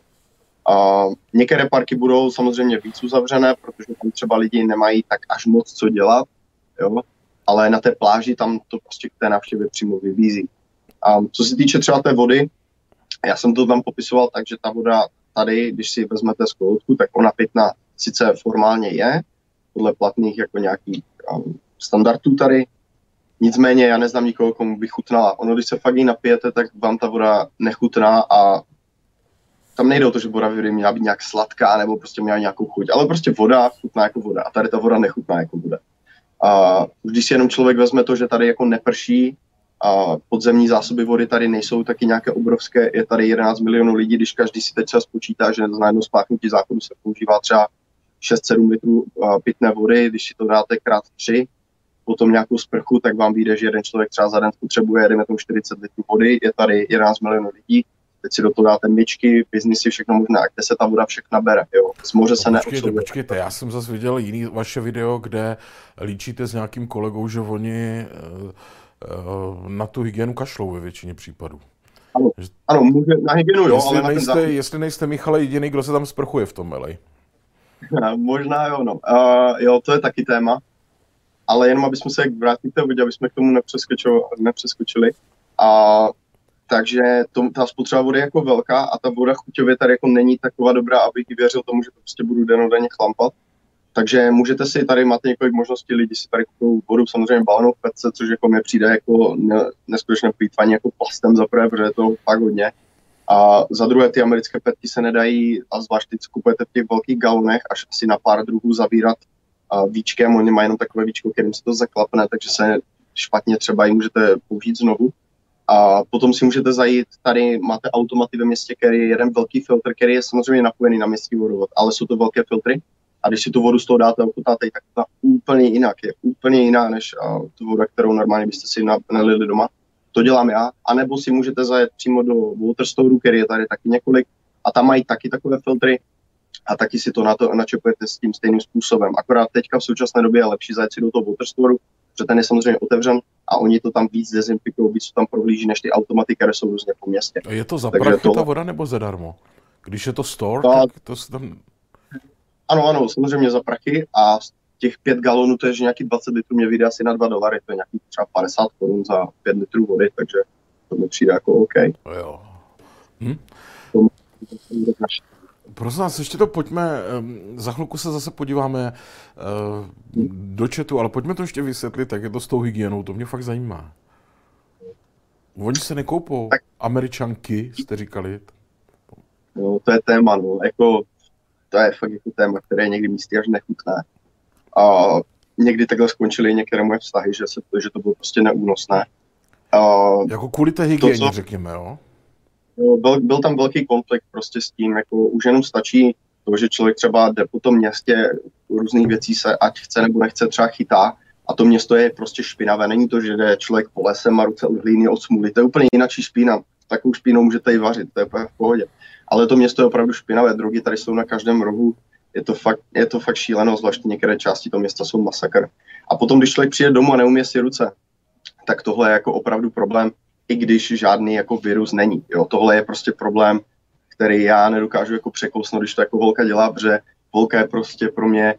B: A některé parky budou samozřejmě víc uzavřené, protože tam třeba lidi nemají tak až moc co dělat, jo? Ale na té pláži tam to prostě k té návštěvě přímo vybízí. A co se týče třeba té vody, já jsem to tam popisoval tak, že ta voda tady, když si vezmete z kohoutku, tak ona pitná sice formálně je, podle platných jako nějakých um, standardů tady, nicméně já neznám nikoho, komu by chutnala. Ono, když se fakt jí napijete, tak vám ta voda nechutná a tam nejde o to, že voda měla být nějak sladká nebo prostě měla nějakou chuť, ale prostě voda chutná jako voda a tady ta voda nechutná jako voda. A když si jenom člověk vezme to, že tady jako neprší a podzemní zásoby vody tady nejsou taky nějaké obrovské, je tady jedenáct milionů lidí, když každý si teď třeba spočítá, že na jedno spláchnutí záchodu se používá třeba šest sedm litrů pitné vody, když si to dáte krát tři, potom nějakou sprchu, tak vám vyjde, že jeden člověk třeba za den potřebuje, dejme tomu čtyřicet litrů vody, je tady jedenáct milionů lidí. Teď si do toho dáte myčky, biznisy, všechno možné, kde se ta voda všechna bere, jo. Z moře se neobsluhuje.
A: Počkejte, počkejte, já jsem zase viděl jiný vaše video, kde líčíte s nějakým kolegou, že oni uh, na tu hygienu kašlou ve většině případů.
B: Ano, ano může, na hygienu jo,
A: jestli
B: ale
A: nejste,
B: na ten
A: jestli nejste Michale jediný, kdo se tam sprchuje v tom L A.
B: Možná jo, no. Uh, jo, to je taky téma, ale jenom abychom se vrátili k té vodě, aby jsme k tomu nepřeskočili. A takže to, ta spotřeba vody je jako velká a ta voda chuťově tady jako není taková dobrá, abych věřil tomu, že to prostě budu denodenně chlampat. Takže můžete si tady, máte několik možností, lidi si tady kupují vodu, samozřejmě balonou v petce, což jako mi přijde jako ne, neskutečné plýtvání jako plastem za prvé, protože je to fakt hodně. A za druhé ty americké petky se nedají, a zvlášť teď kupujete v těch velkých galonech, až asi na pár druhů zavírat a víčkem, oni mají jenom takové víčko, kterým se to zaklapne, takže se špatně třeba ji můžete použít znovu. A potom si můžete zajít, tady máte automaty ve městě, který je jeden velký filtr, který je samozřejmě napojený na městský vodovod, ale jsou to velké filtry. A když si tu vodu z toho dáte a ochutáte, tak to úplně jinak, je úplně jiná než uh, tu voda, kterou normálně byste si nalili doma. To dělám já. A nebo si můžete zajet přímo do Waterstore, který je tady taky několik, a tam mají taky takové filtry a taky si to na to načepujete s tím stejným způsobem. Akorát teďka v současné době je lepší zajet si do toho Waterstore, protože ten je samozřejmě otevřen a oni to tam víc dezinfikují, víc to tam prohlíží než ty automaty, které jsou různě po městě.
A: Je to za prachy to... ta voda nebo zadarmo? Když je to store,
B: to...
A: tak to se tam...
B: Ano, ano, samozřejmě za prachy a těch pět galonů, to je, že nějaký dvacet litrů mě vyjde asi na dva dolary, to je nějaký třeba padesát korun za pět litrů vody, takže to mi přijde jako OK.
A: Jo. Hm?
B: To
A: Prosím nás, ještě to pojďme, za chvilku se zase podíváme do chatu, ale pojďme to ještě vysvětlit, jak je to s tou hygienou, to mě fakt zajímá. Oni se nekoupou, tak. Američanky, jste říkali.
B: No, to je téma, no, jako, to je fakt jako téma, které je někdy místy až nechutné. A někdy takhle skončily některé moje vztahy, že, se, že to bylo prostě neúnosné. A
A: jako kvůli té hygieně, to, co... řekněme, jo?
B: Byl, byl tam velký konflikt prostě s tím, jako už jenom stačí to, že člověk třeba jde po tom městě, různých věcí se, ať chce nebo nechce, třeba chytá a to město je prostě špinavé. Není to, že jde člověk po lesem a ruce od hlíny od smůly, to je úplně jináčí špína. takovou špínou můžete i vařit, to je úplně v pohodě. Ale to město je opravdu špinavé, drogy tady jsou na každém rohu, je to fakt, je to fakt šíleno, zvláště některé části toho města jsou masakr. A potom, když člověk přijde domů a neumí si ruce, tak tohle je jako opravdu problém, i když žádný jako virus není. Jo? Tohle je prostě problém, který já nedokážu jako překousnout, když to jako holka dělá, protože holka je prostě pro mě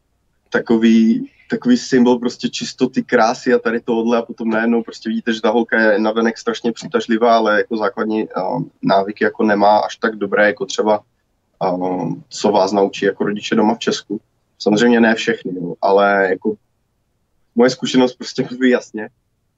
B: takový, takový symbol prostě čistoty, krásy a tady tohle a potom najednou prostě vidíte, že ta holka je navenek strašně přitažlivá, ale jako základní uh, návyky jako nemá až tak dobré, jako třeba uh, co vás naučí jako rodiče doma v Česku. Samozřejmě ne všechny, jo, ale jako moje zkušenost prostě mluví jasně.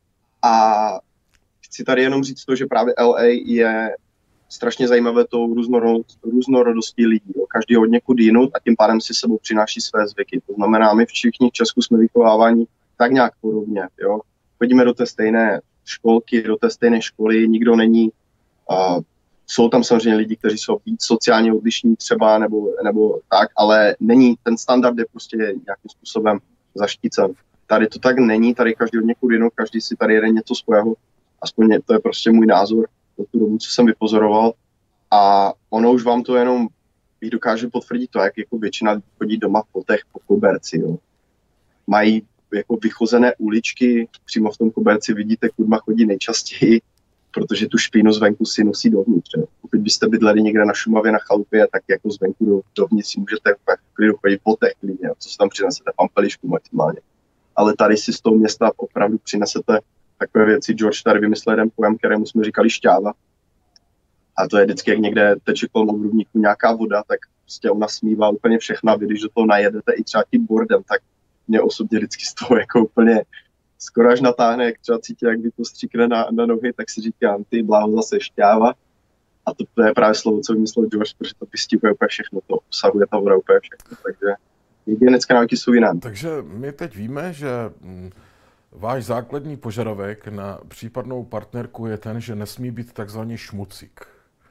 B: A chci tady jenom říct to, že právě L A je strašně zajímavé tou různorodost, různorodostí lidí. Jo. Každý od někud jinut a tím pádem si sebou přináší své zvyky. To znamená, my všichni v Česku jsme vychováváni tak nějak podobně. Jo. Chodíme do té stejné školky, do té stejné školy, nikdo není... Uh, jsou tam samozřejmě lidi, kteří jsou víc sociálně odlišní třeba, nebo, nebo tak, ale není, ten standard je prostě nějakým způsobem zaštícen. Tady to tak není, tady každý od někud jinut, každý si tady jede něco svého. Aspoň to je prostě můj názor do tu dobu, co jsem vypozoroval. A ono už vám to jenom dokáže potvrdit to, jak jako většina lidí chodí doma po těch po koberci. Jo. Mají jako vychozené uličky, přímo v tom koberci vidíte, kudma chodí nejčastěji, protože tu špínu zvenku si nosí dovnitř. Jo. Pokud byste bydleli někde na Šumavě na chalupě, tak jako zvenku do, dovnitř si můžete v klidu chodit po těch klidně, co si tam přinesete, pampelišku maximálně. Ale tady si z toho města opravdu přinesete takové věci. George tady vymyslel jeden pojem, kterému jsme říkali šťáva. A to je vždycky, jak někde teče kolem obrubníku nějaká voda, tak prostě ona smívá úplně všechno. Vy, když do toho najedete i třeba tím bordem, tak mě osobně vždycky z toho jako úplně skoro až natáhne, jak třeba cítí, jak by to stříkne na, na nohy, tak si říkám, ty bláho zase šťáva. A to, to je právě slovo, co vymyslel George, protože to vystihuje úplně všechno, to obsahuje ta voda úplně všechno. Takže hygienické návyky jsou jiné.
A: Takže my teď víme, že váš základní požadavek na případnou partnerku je ten, že nesmí být takzvaný šmucík.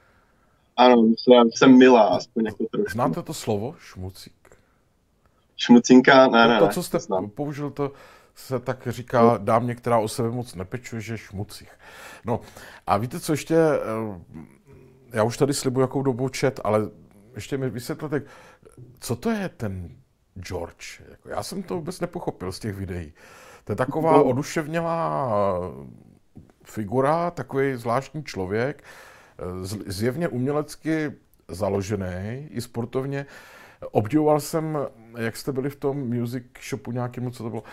B: Ano, jsem, jsem milá, aspoň jako trošku.
A: Znáte to slovo, šmucík?
B: Šmucinka? Ne, ne,
A: to,
B: ne.
A: To, co jste
B: znám.
A: použil, to se tak říká dámě, která o sebe moc nepečuje, že šmucích. No a víte, co ještě, já už tady slibuji, jakou dobu čet, ale ještě mi vysvětlete, co to je ten George? Já jsem to vůbec nepochopil z těch videí. To je taková oduševnělá figura, takový zvláštní člověk, zjevně umělecky založený, i sportovně. Obdivoval jsem, jak jste byli v tom music shopu nějakému, co to bylo.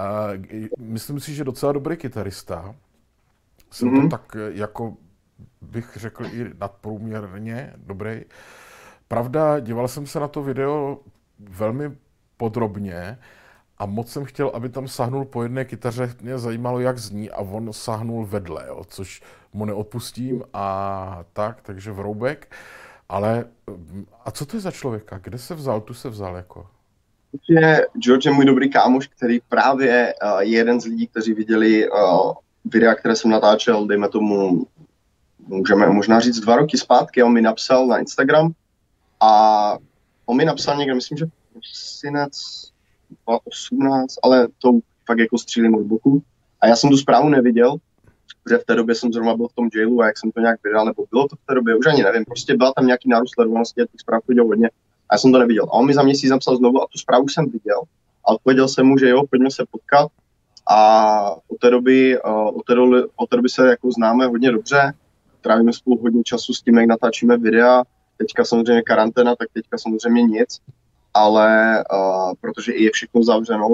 A: Myslím si, že docela dobrý kytarista. Jsem mm-hmm. to tak, jako bych řekl, i nadprůměrně dobrý. Pravda, díval jsem se na to video velmi podrobně a moc jsem chtěl, aby tam sáhnul po jedné kytaře. Mě zajímalo, jak zní, a on sáhnul vedle, jo, což mu neodpustím a tak, takže vroubek. Ale a co to je za člověka? Kde se vzal? Tu se vzal jako?
B: George je můj dobrý kámoš, který právě uh, je jeden z lidí, kteří viděli uh, videa, které jsem natáčel, dejme tomu, můžeme možná říct dva roky zpátky, on mi napsal na Instagram a on mi napsal někde, myslím, že prosinec dva tisíce osmnáct, ale to fakt jako střílím od boku. A já jsem tu zprávu neviděl, protože v té době jsem zrovna byl v tom jailu a jak jsem to nějak vydal, nebo bylo to v té době, už ani nevím, prostě byla tam nějaký nárůst sledovanosti a těch zpráv chodil hodně a já jsem to neviděl. A on mi za měsíc napsal znovu a tu zprávu jsem viděl a odpověděl jsem mu, že jo, pojďme se potkat a od té doby, od té doby, od té doby se jako známe hodně dobře, trávíme spolu hodně času s tím, jak natáčíme videa, teďka samozřejmě karanténa, tak teďka samozřejmě nic, ale uh, protože i je všechno zavřeno,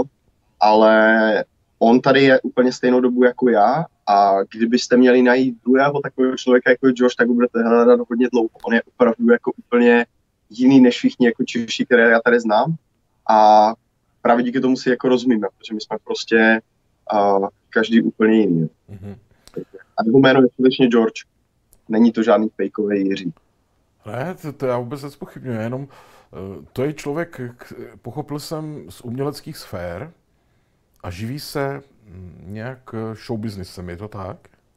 B: ale on tady je úplně stejnou dobu jako já a kdybyste měli najít druhého takového člověka jako je George, tak ho budete hledat hodně dlouho. On je opravdu jako úplně jiný než všichni jako Češi, které já tady znám a právě díky tomu si jako rozumíme, protože my jsme prostě uh, každý úplně jiný. Mm-hmm. A jeho jméno je skutečně George. Není to žádný fejkový Jiří.
A: Ne, to, to já vůbec nezpochybňuji, jenom uh, to je člověk, pochopil jsem, z uměleckých sfér a živí se nějak showbiznesem, je to tak?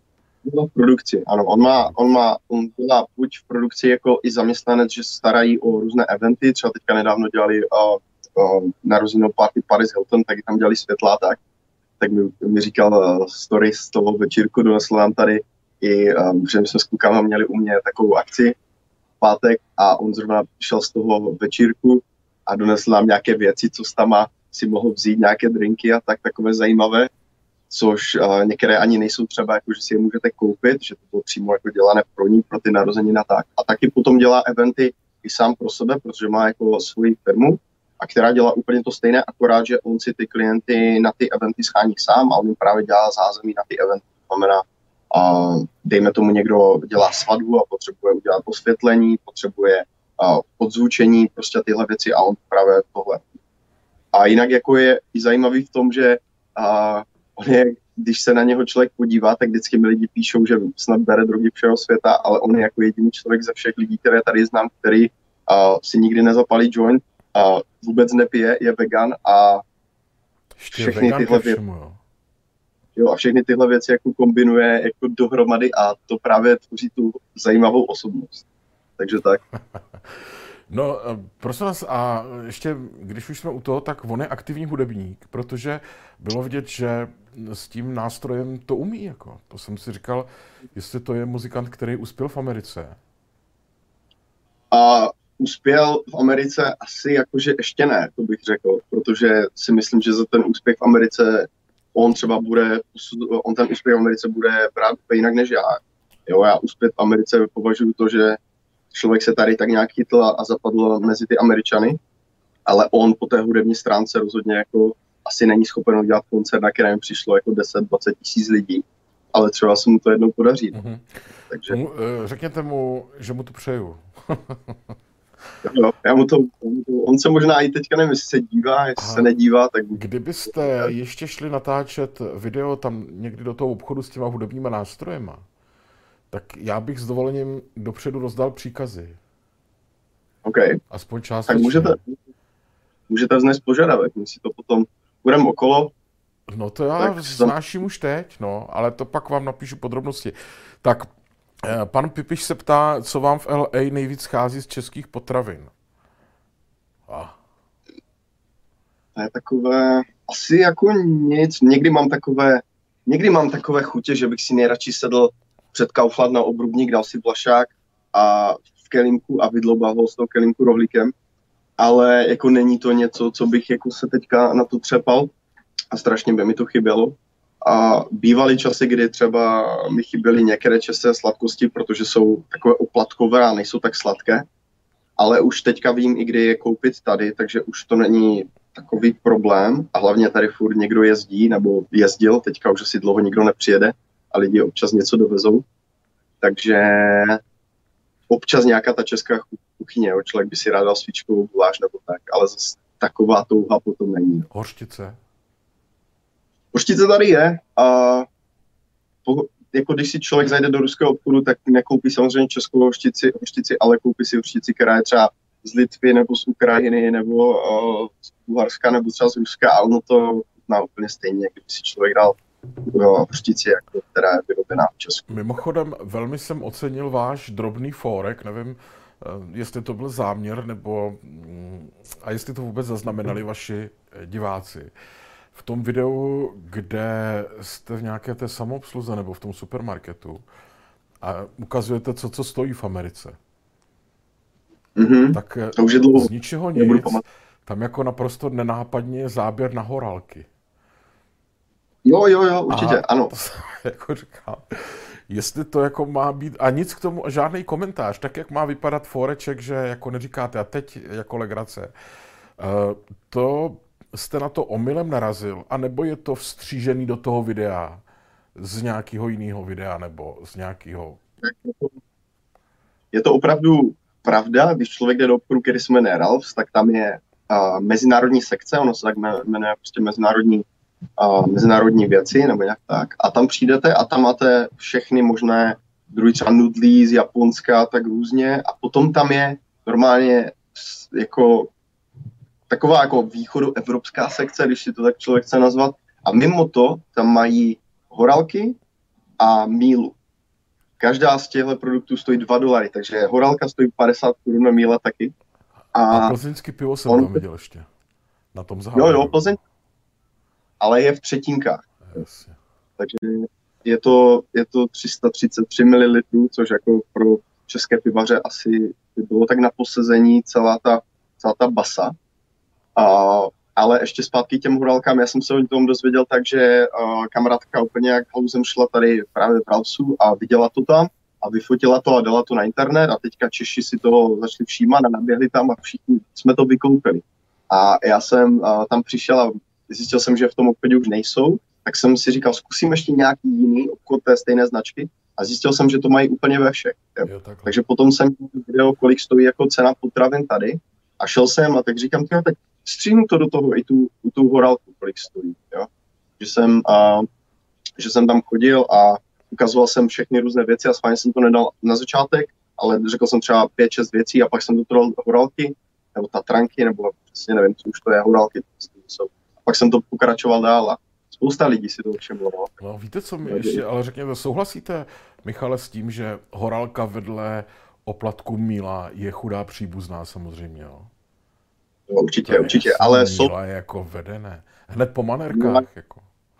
B: V produkci, ano. On má, on má, on dělá buď v produkci jako i zaměstnanec, že starají o různé eventy, třeba teďka nedávno dělali uh, uh, narozenou party Paris Hilton, tak tam dělali světla, tak, tak mi, mi říkal uh, story z toho večírku, donesl nám tady i, um, že my jsme s klukama měli u mě takovou akci v pátek a on zrovna šel z toho večírku a donesl nám nějaké věci, co s tama si mohl vzít, nějaké drinky a tak, takové zajímavé, což uh, některé ani nejsou třeba, jako, že si je můžete koupit, že to bylo přímo jako dělané pro ní, pro ty narozeniny a tak. A taky potom dělá eventy i sám pro sebe, protože má jako svoji firmu, a která dělá úplně to stejné, akorát, že on si ty klienty na ty eventy schání sám a on jim právě dělá zázemí na ty eventy. To znamená, uh, dejme tomu někdo dělá svatbu a potřebuje udělat osvětlení, potřebuje uh, odzvučení, prostě tyhle věci a on právě tohle. A jinak jako je i zajímavý v tom, že uh, on je, když se na něho člověk podívá, tak vždycky mi lidi píšou, že snad bere drogy všeho světa, ale on je jako jediný člověk ze všech lidí, které tady znám, který uh, si nikdy nezapalí joint, uh, vůbec nepije, je vegan a všechny tyhle věci. Jo, a všechny tyhle věci jako kombinuje jako dohromady a to právě tvoří tu zajímavou osobnost. Takže tak.
A: No, prosím vás, a ještě, když už jsme u toho, tak on je aktivní hudebník, protože bylo vidět, že s tím nástrojem to umí, jako. To jsem si říkal, jestli to je muzikant, který uspěl v Americe.
B: A uspěl v Americe asi jakože ještě ne, to bych řekl, protože si myslím, že za ten úspěch v Americe on třeba bude, on ten úspěch v Americe bude brát úplně jinak než já. Jo, já úspěch v Americe považuji to, že člověk se tady tak nějak chytl a zapadl mezi ty Američany, ale on po té hudební stránce rozhodně jako asi není schopen udělat koncert, na kterém přišlo jako deset dvacet tisíc lidí, ale třeba se mu to jednou podaří.
A: Mm-hmm. Takže... Mu, řekněte mu, že mu to přeju.
B: Jo, já mu to, on se možná i teďka nevím, jestli se dívá, jestli Aha. se nedívá, tak...
A: Kdybyste ještě šli natáčet video tam někdy do toho obchodu s těma hudebníma nástrojema, tak já bych s dovolením dopředu rozdal příkazy.
B: OK.
A: Aspoň částečně.
B: Tak můžete, můžete vznést požadavek, my si to potom budeme okolo.
A: No to já vznáším už teď, no, ale to pak vám napíšu podrobnosti. Tak, pan Pipiš se ptá, co vám v L A nejvíc schází z českých potravin. Ah.
B: To je takové, asi jako nic, někdy mám takové, někdy mám takové chutě, že bych si nejradši sedl před Kaufland na obrubník, dal si vlašák a v kelímku a vydlobával s tou kelímku rohlíkem, ale jako není to něco, co bych jako se teďka na to třepal a strašně by mi to chybělo. A bývaly časy, kdy třeba mi chyběly některé české sladkosti, protože jsou takové oplatkové a nejsou tak sladké, ale už teďka vím, i kdy je koupit tady, takže už to není takový problém a hlavně tady furt někdo jezdí nebo jezdil, teďka už asi dlouho nikdo nepřijede a lidi občas něco dovezou, takže občas nějaká ta česká kuchyně, jo, člověk by si rád dal svíčkovou guláš nebo tak, ale zase taková touha potom není.
A: Hořčice?
B: Hořčice tady je a po, jako když si člověk zajde do ruského obchodu, tak nekoupí samozřejmě českou hořčici, hořčici, ale koupí si hořčici, která je třeba z Litvy nebo z Ukrajiny nebo uh, z Bulharska nebo třeba z Ruska a ono to má úplně stejně, kdyby si člověk dal hořčici, jako, která je vyrobená v Česku.
A: Mimochodem, velmi jsem ocenil váš drobný fórek, nevím, jestli to byl záměr, nebo a jestli to vůbec zaznamenali vaši diváci. V tom videu, kde jste v nějaké té samoobsluze nebo v tom supermarketu a ukazujete, co, co stojí v Americe.
B: Mm-hmm.
A: Tak
B: to už je dlouho.
A: Z ničeho nic, tam jako naprosto nenápadně je záběr na horálky.
B: Jo, jo, jo, určitě,
A: a
B: ano.
A: To jsem jako říkal, jestli to jako má být, a nic k tomu, žádný komentář, tak jak má vypadat fóreček, že jako neříkáte, a teď jako legrace. Uh, to jste na to omylem narazil, anebo je to vstřížený do toho videa z nějakého jiného videa, nebo z nějakého...
B: Je to opravdu pravda, když člověk jde do obchodu, který se jmenuje Ralphs, tak tam je uh, mezinárodní sekce, ono se tak jmenuje prostě mezinárodní Uh, mezinárodní věci, nebo nějak tak. A tam přijdete a tam máte všechny možné druhy, třeba nudlí z Japonska, tak různě. A potom tam je normálně jako taková jako východoevropská sekce, když si to tak člověk chce nazvat. A mimo to tam mají horálky a mílu. Každá z těchto produktů stojí dva dolary, takže horálka stojí padesát korun a míla taky.
A: A, a plzeňský pivo jsem on... tam viděl ještě. Na tom závěru.
B: Jo, jo, Plzeň. Ale je v třetinkách.
A: Jasně.
B: Takže je to, je to tři sta třicet tři mililitrů, což jako pro české pivaře asi by bylo tak na posezení celá ta, celá ta basa. A, ale ještě zpátky k těm horálkám, já jsem se o tom dozvěděl tak, že uh, kamarádka úplně jak haluzem šla tady právě v Ralsu a viděla to tam a vyfotila to a dala to na internet a teďka Češi si toho začali všímat a naběhli tam a všichni jsme to vykoupili. A já jsem uh, tam přišel a zjistil jsem, že v tom obchodě už nejsou, tak jsem si říkal, zkusím ještě nějaký jiný obchod té stejné značky a zjistil jsem, že to mají úplně ve všech. Jo. Takže potom jsem viděl, kolik stojí jako cena potravin tady a šel jsem a tak říkám, tyjo, tak stříhnu to do toho i tu, tu horálku, kolik stojí. Jo. Že, jsem, a, že jsem tam chodil a ukazoval jsem všechny různé věci a schválně jsem to nedal na začátek, ale řekl jsem třeba pět, šest věcí a pak jsem do toho horálky, nebo tatranky, nebo přesně nevím, co už to je, horálky. Jsou. A pak jsem to pokračoval dál a spousta lidí si to všimlo. No.
A: No, víte, co mi ještě, ale řekněte, souhlasíte, Michale, s tím, že horálka vedle oplatku Míla je chudá příbuzná samozřejmě, jo?
B: No, určitě, určitě, ale jsou...
A: Míla je jako vedené, hned po manérkách, Míla... jako.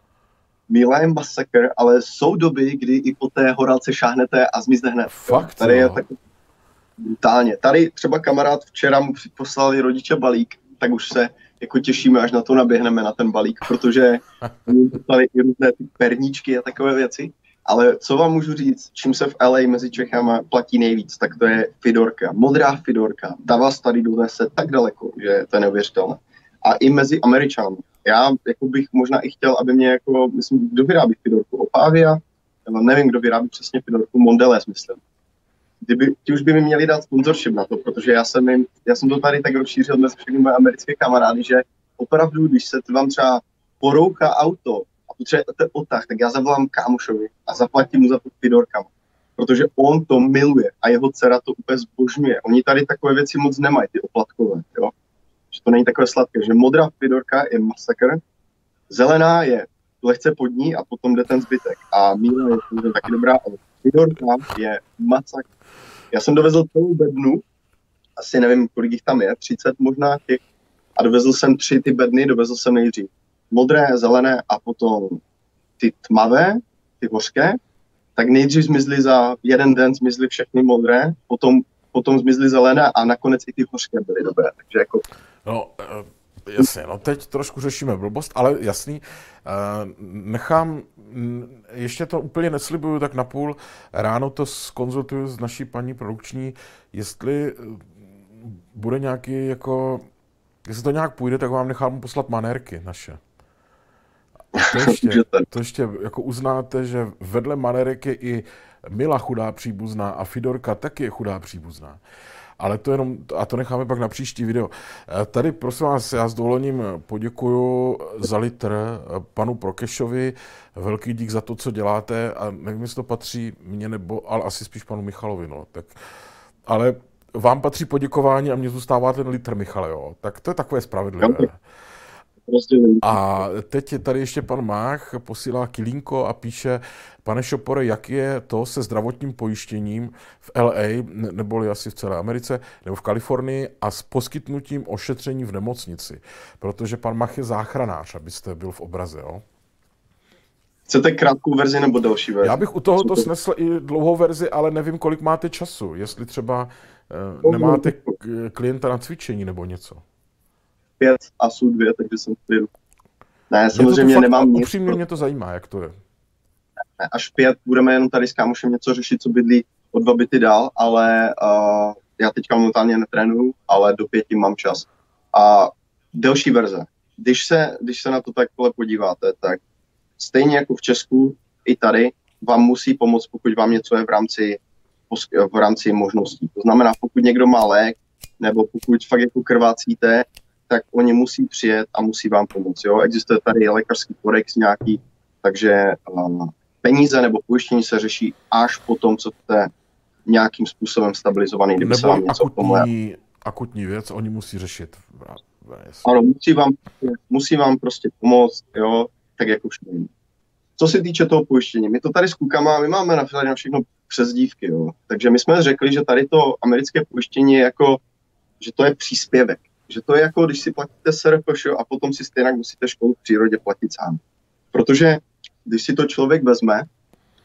B: Míla je masakr, ale jsou doby, kdy i po té horálce šáhnete a zmizne hned.
A: Fakt,
B: tady
A: no.
B: je tak brutálně. Tady třeba kamarád včera mu poslali rodiče balík, tak už se jako těšíme, až na to naběhneme na ten balík, protože mu poslali i různé ty perníčky a takové věci. Ale co vám můžu říct, čím se v L A mezi Čechama platí nejvíc, tak to je Fidorka. Modrá Fidorka. Ta vás tady donese tak daleko, že to je neuvěřitelné. A i mezi Američany. Já jako bych možná i chtěl, aby mě jako, myslím, kdo vyrábí Fidorku? Opavia? Nevím, kdo vyrábí přesně Fidorku. Mondelez, myslím. Kdyby, ti už by mi měli dát sponsorship na to, protože já jsem, jim, já jsem to tady tak rozšířil mezi všechny moje americké kamarády, že opravdu, když se vám třeba porouchá auto a potřebujete otah, tak já zavolám kámošovi a zaplatím mu za to Fidorkama. Protože on to miluje a jeho dcera to úplně zbožňuje. Oni tady takové věci moc nemají, ty oplatkové, jo. Že to není takové sladké, že modrá Fidorka je masakr, zelená je lehce pod ní a potom jde ten zbytek. A míla je taky dobrá, ale Fidorka je masakr. Já jsem dovezl celou bednu, asi nevím, kolik jich tam je, třicet možná těch, a dovezl jsem tři ty bedny, dovezl jsem nejdřív modré, zelené a potom ty tmavé, ty hořké, tak nejdřív zmizly za jeden den, zmizly všechny modré, potom, potom zmizly zelené a nakonec i ty hořké byly dobré, takže jako...
A: No, jasně, no teď trošku řešíme blbost, ale jasný, nechám, ještě to úplně neslibuju, tak napůl ráno to zkonzultuju s naší paní produkční, jestli bude nějaký jako, jestli to nějak půjde, tak vám nechám poslat manérky naše. A to ještě, to ještě jako uznáte, že vedle manérek je i Mila chudá příbuzná a Fidorka taky je chudá příbuzná. Ale to jenom, a to necháme pak na příští video. Tady, prosím vás, já s dovolením poděkuju za litr panu Prokešovi. Velký dík za to, co děláte. A nevím, jestli to patří mně, nebo, ale asi spíš panu Michalovi. No. Tak, ale vám patří poděkování a mně zůstává ten litr, Michale. Jo. Tak to je takové spravedlivé. A teď je tady ještě pan Mách, posílá kilínko a píše: pane Šopore, jak je to se zdravotním pojištěním v L A, neboli asi v celé Americe, nebo v Kalifornii, a s poskytnutím ošetření v nemocnici? Protože pan Mach je záchranář, abyste byl v obraze, jo?
B: Chcete krátkou verzi nebo delší verzi?
A: Já bych u tohoto snesl i dlouhou verzi, ale nevím, kolik máte času. Jestli třeba eh, nemáte klienta na cvičení nebo něco.
B: Pět a jsou dvě, takže jsem v klidu. Ne, samozřejmě nemám nic.
A: Upřímně mě to zajímá, jak to je.
B: Ne, až pět budeme jenom tady s kámošem něco řešit, co bydlí o dva byty dál, ale uh, já teďka momentálně netrénuju, ale do pěti mám čas. A delší verze. Když se, když se na to takhle podíváte, tak stejně jako v Česku, i tady vám musí pomoct, pokud vám něco je v rámci, v rámci možností. To znamená, pokud někdo má lék, nebo pokud fakt jako krvácíte, tak oni musí přijet a musí vám pomoct. Jo? Existuje tady lékařský kodex nějaký, takže uh, peníze nebo pojištění se řeší až po tom, co jste nějakým způsobem stabilizovaný, kdyby se vám něco
A: akutní, akutní věc, oni musí řešit.
B: Ano, musí vám, musí vám prostě pomoct, jo, tak jako všichni. Co se týče toho pojištění, my to tady s klukama, my máme na všechno přezdívky, jo. Takže my jsme řekli, že tady to americké pojištění je jako, že to je příspěvek. Že to je jako, když si platíte S R F Š a potom si stejně musíte školu v přírodě platit sám. Protože když si to člověk vezme,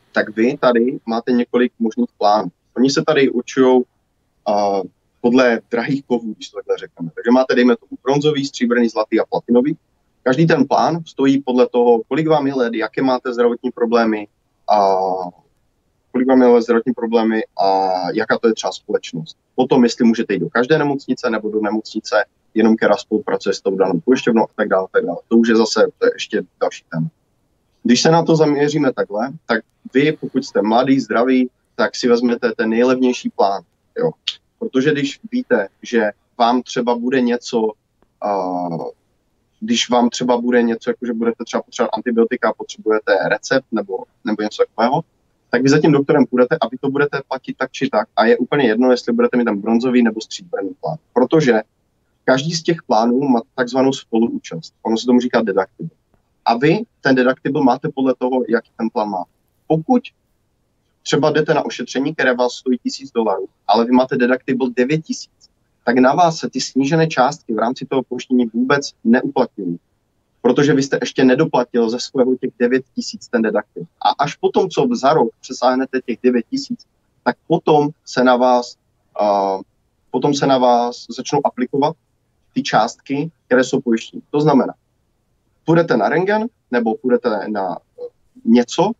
B: tak vy tady máte několik možných plánů. Oni se tady učují uh, podle drahých kovů, když to takhle řekneme. Takže máte, dejme tomu, bronzový, stříbrný, zlatý a platinový. Každý ten plán stojí podle toho, kolik vám je let, jaké máte zdravotní problémy, a kolik vám je let zdravotní problémy a jaká to je třeba společnost. Potom, jestli můžete jít do každé nemocnice nebo do nemocnice, jenom která spolupracuje s tou danou pojišťovnou a tak dále, tak dále. To už je zase to je ještě další téma. Když se na to zaměříme takhle, tak vy, pokud jste mladý, zdraví, tak si vezmete ten nejlevnější plán. Jo. Protože když víte, že vám třeba bude něco, uh, když vám třeba bude něco, jako že budete třeba potřebovat antibiotika, potřebujete recept nebo, nebo něco takového, tak vy za tím doktorem půjdete a vy to budete platit tak či tak. A je úplně jedno, jestli budete mít ten bronzový nebo stříbrný plán. Protože každý z těch plánů má takzvanou spoluúčast. Ono se tomu říká deductible. A vy ten deductible máte podle toho, jaký ten plán má. Pokud třeba jdete na ošetření, které vás stojí tisíc dolarů, ale vy máte deductible devět tisíc, tak na vás se ty snížené částky v rámci toho pojištění vůbec neuplatňují. Protože vy jste ještě nedoplatil ze svého těch devět tisíc ten deductible. A až potom, co za rok přesáhnete těch devět tisíc, tak potom se na vás, uh, potom se na vás začnou aplikovat ty částky, které jsou pojištění. To znamená, půjdete na rentgen nebo půjdete na něco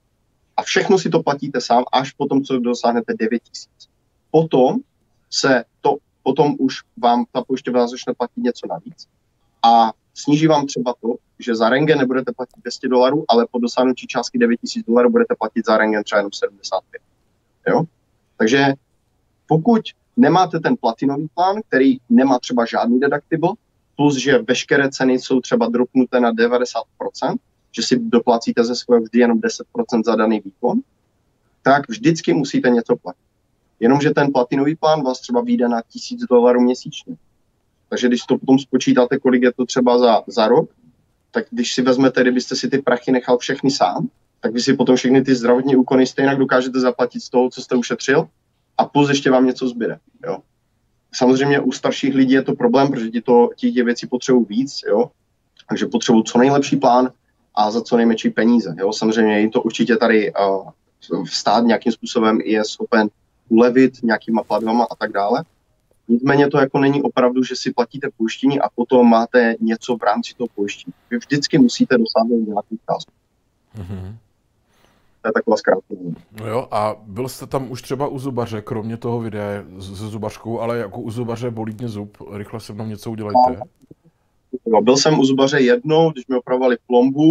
B: a všechno si to platíte sám, až potom, co dosáhnete devět tisíc. Potom se to, potom už vám ta pojišťovna začne platit něco navíc a sníží vám třeba to, že za rentgen nebudete platit dvě stě dolarů, ale po dosáhnutí částky devět tisíc dolarů budete platit za rentgen třeba jenom sedmdesát pět. Jo? Takže pokud nemáte ten platinový plán, který nemá třeba žádný deductible, plus, že veškeré ceny jsou třeba dropnuté na devadesát procent, že si doplácíte ze svého vždy jenom deset procent za daný výkon, tak vždycky musíte něco platit. Jenomže ten platinový plán vás třeba vyjde na tisíc dolarů měsíčně. Takže když to potom spočítáte, kolik je to třeba za, za rok, tak když si vezmete, kdybyste si ty prachy nechal všechny sám, tak vy si potom všechny ty zdravotní úkony stejně dokážete zaplatit z toho, co jste ušetřil, a plus ještě vám něco zbyde. Jo. Samozřejmě u starších lidí je to problém, protože ti to, ti věci potřebují víc, jo. Takže potřebují co nejlepší plán a za co nejmenší peníze. Jo. Samozřejmě jim to určitě tady uh, stát nějakým způsobem je schopen ulevit nějakýma platbama a tak dále. Nicméně to jako není opravdu, že si platíte pojištění a potom máte něco v rámci toho pojištění. Vy vždycky musíte dosáhnout nějaký částku. Mm-hmm. To je taková zkrátka.
A: No jo, a byl jste tam už třeba u zubaře, kromě toho videa se zubařkou, ale jako u zubaře bolí mě zub, rychle se mnou něco udělejte.
B: No, byl jsem u zubaře jednou, když mi opravovali plombu.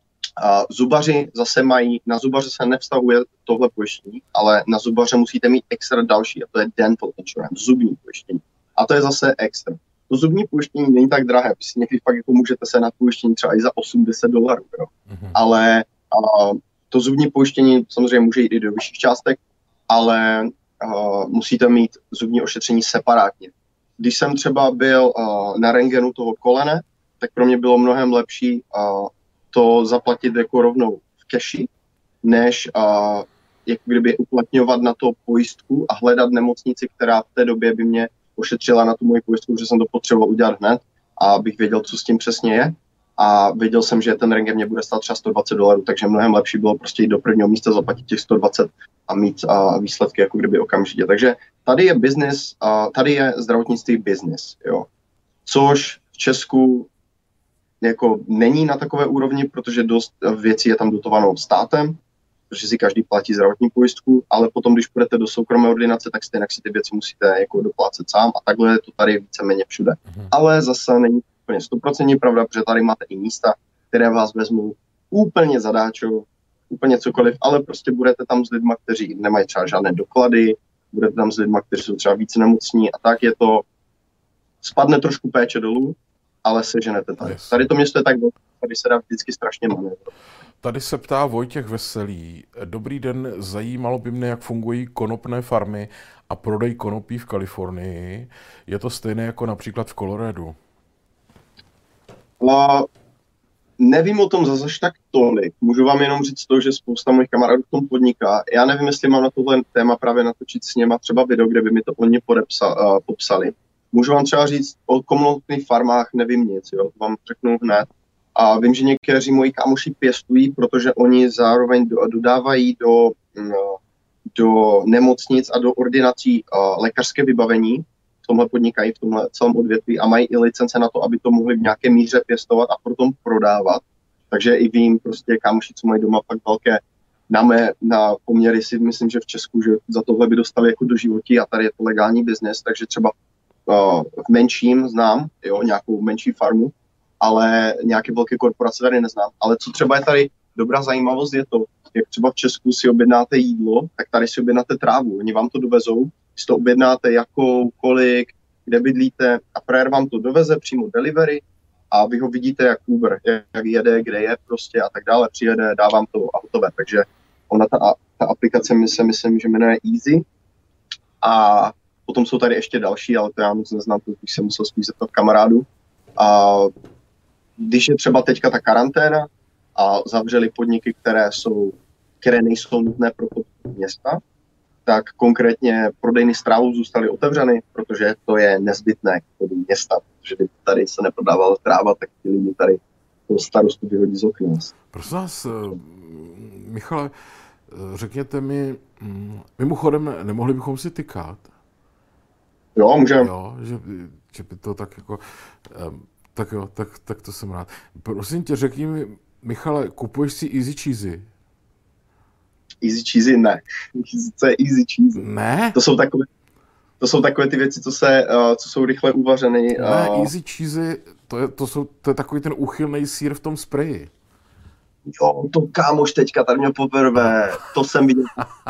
B: A zubaři zase mají, na zubaře se nevztahuje tohle pojištění, ale na zubaře musíte mít extra další, a to je dental insurance, zubní pojištění. A to je zase extra. To zubní pojištění není tak drahé, protože někdy fakt jako můžete se na pojištění třeba i za osmdesát dolarů, jo. Mm-hmm. Ale a, to zubní pojištění samozřejmě může jít i do vyšších částek, ale a, musíte mít zubní ošetření separátně. Když jsem třeba byl a, na rentgenu toho kolene, tak pro mě bylo mnohem lepší a, to zaplatit jako rovnou v keši, než a, jak kdyby uplatňovat na to pojistku a hledat nemocnici, která v té době by mě ošetřila na tu moji pojistku, že jsem to potřeboval udělat hned a abych věděl, co s tím přesně je. A věděl jsem, že ten rentgen mě bude stát třeba sto dvacet dolarů, takže mnohem lepší bylo prostě jít do prvního místa, zaplatit těch sto dvacet a mít a, výsledky jako kdyby okamžitě. Takže tady je business, a, tady je zdravotnictví business, jo. Což v Česku jako není na takové úrovni, protože dost věcí je tam dotováno státem, protože si každý platí zdravotní pojistku, ale potom, když půjdete do soukromé ordinace, tak stejně si ty věci musíte jako doplácet sám a takhle je to tady víceméně všude. Mm-hmm. Ale zase není úplně sto procent pravda, protože tady máte i místa, které vás vezmou úplně zadáčou, úplně cokoliv, ale prostě budete tam s lidma, kteří nemají třeba žádné doklady, budete tam s lidma, kteří jsou třeba více nemocní a tak je to, spadne trošku péče dolů, ale seženete tady. Yes. Tady to město je tak, tady se dá vždycky strašně manévrovat.
A: Tady se ptá Vojtěch Veselý. Dobrý den, zajímalo by mne, jak fungují konopné farmy a prodej konopí v Kalifornii. Je to stejné jako například v Coloradu?
B: Uh, nevím o tom zase tak tolik. Můžu vám jenom říct to, že spousta mojich kamarádů v tom podniká. Já nevím, jestli mám na tohle téma právě natočit s něma třeba video, kde by mi to oni podepsa, uh, popsali. Můžu vám třeba říct o komunitních farmách, nevím nic, jo, to vám řeknu hned. A vím, že někteří moji kámoši pěstují, protože oni zároveň dodávají do, do nemocnic a do ordinací lékařské vybavení. V tomhle podnikají, v tomhle celém odvětví a mají i licence na to, aby to mohli v nějaké míře pěstovat a potom prodávat. Takže i vím, prostě kámoši, co mají doma fakt velké na, mé, na poměry, si myslím, že v Česku, že za tohle by dostali jako do životí a tady je to legální biznes, takže třeba uh, v menším znám, jo, nějakou menší farmu, ale nějaké velké korporace tady neznám. Ale co třeba je tady dobrá zajímavost je to, jak třeba v Česku si objednáte jídlo, tak tady si objednáte trávu. Oni vám to dovezou, si to objednáte jakou, kolik, kde bydlíte a frajer vám to doveze přímo delivery a vy ho vidíte jak Uber, jak jede, kde je prostě a tak dále, přijede, dávám to a hotové. Takže ona, ta, ta aplikace mi se myslím, že jmenuje Easy a potom jsou tady ještě další, ale to já moc neznám, to bych se musel spíš zeptat kamarádu. A když je třeba teďka ta karanténa a zavřeli podniky, které jsou, které nejsou nutné pro města, tak konkrétně prodejny s trávou zůstaly otevřeny, protože to je nezbytné pro města, protože kdyby tady se neprodávala tráva, tak ti lidi tady to starostu vyhodí z okna.
A: Prosím vás, Michale, řekněte mi, mimochodem, nemohli bychom si tykat?
B: Jo, můžeme.
A: Jo, že, že by to tak jako... Tak jo, tak, tak to jsem rád. Prosím tě, řekni mi, Michale, kupuješ si Easy Cheesy?
B: Easy Cheesy ne. Co je Easy Cheesy?
A: Ne?
B: To jsou takové, to jsou takové ty věci, co, se, uh, co jsou rychle uvařeny.
A: Ne,
B: uh...
A: Easy Cheesy, to je, to, jsou, to je takový ten úchylný sýr v tom spreji.
B: Jo, to kámoš teďka tady mě poprvé. To jsem viděl.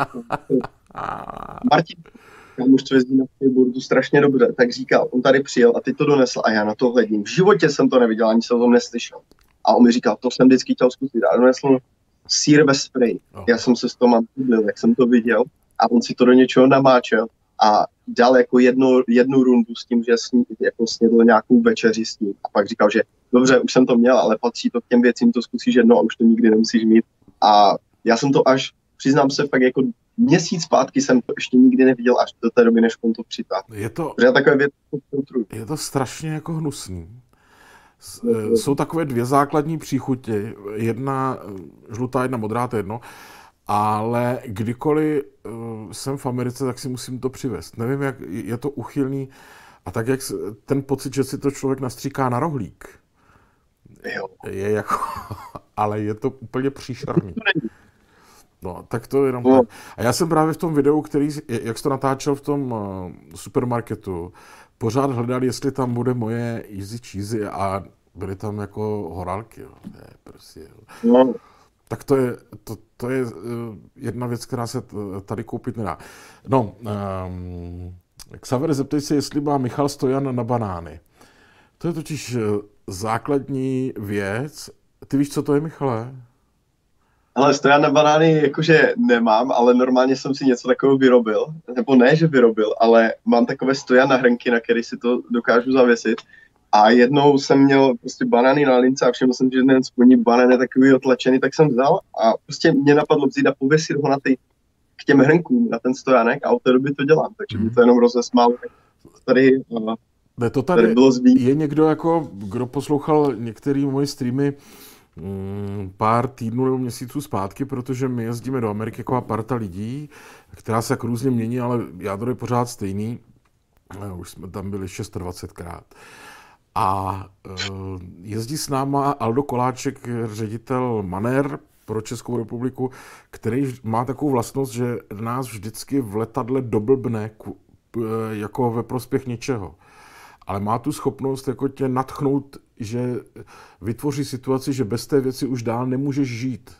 B: Martin, kámoš, co jezdí na skateboardu strašně dobře, tak říkal, on tady přijel a teď to donesl a já na to hledím. V životě jsem to neviděl, ani jsem o tom neslyšel. A on mi říkal, to jsem vždycky chtěl zkusit. A donesl sýr ve spreji. Oh. Já jsem se s tom mám jak jsem to viděl a on si to do něčeho namáčel a dal jako jednu, jednu rundu s tím, že sní, jako snědl nějakou večeři s tím. A pak říkal, že dobře, už jsem to měl, ale patří to k těm věcím, to zkusíš jedno a už to nikdy nemusíš mít. A já jsem to až, přiznám se, fakt jako měsíc zpátky jsem to ještě nikdy neviděl až do té doby, než on to přitáhl.
A: Je to,
B: takové věci,
A: je to strašně jako hnusný. Jsou takové dvě základní příchutě, jedna žlutá, jedna modrá, to je jedno, ale kdykoliv jsem v Americe, tak si musím to přivést. Nevím, jak je to uchylný a tak, jak ten pocit, že si to člověk nastříká na rohlík,
B: jo.
A: je jako, ale je to úplně příšerný. No, tak to jenom
B: no.
A: tak. A já jsem právě v tom videu, který, jak jsi to natáčel v tom uh, supermarketu, pořád hledal, jestli tam bude moje Easy Cheesy a byly tam jako horálky. Jo. Ne, prostě, jo.
B: No.
A: Tak to je, to, to je uh, jedna věc, která se tady koupit nedá. No, um, Xaver, zeptej se, jestli má Michal Stojan na banány. To je totiž základní věc. Ty víš, co to je, Michale?
B: Ale stojan na banány jakože nemám, ale normálně jsem si něco takového vyrobil. Nebo ne, že vyrobil, ale mám takové stojan na hrnky, na který si to dokážu zavěsit. A jednou jsem měl prostě banány na lince a všiml jsem, že ten spodní banán je takový otlačený, tak jsem vzal a prostě mě napadlo vzít a pověsit ho na ty, k těm hrnkům, na ten stojanek a od té doby to dělám. Takže mi to jenom rozesmálo. Tady,
A: ne, to tady, tady bylo zví. Je někdo, jako, kdo poslouchal některé moje streamy pár týdnů nebo měsíců zpátky, protože my jezdíme do Ameriky jako parta lidí, která se jak různě mění, ale jádro je pořád stejný. Už jsme tam byli dvacetšestkrát. A jezdí s náma Aldo Koláček, ředitel Manér pro Českou republiku, který má takovou vlastnost, že nás vždycky v letadle doblbne jako ve prospěch něčeho. Ale má tu schopnost jako tě nadchnout, že vytvoří situaci, že bez té věci už dál nemůžeš žít.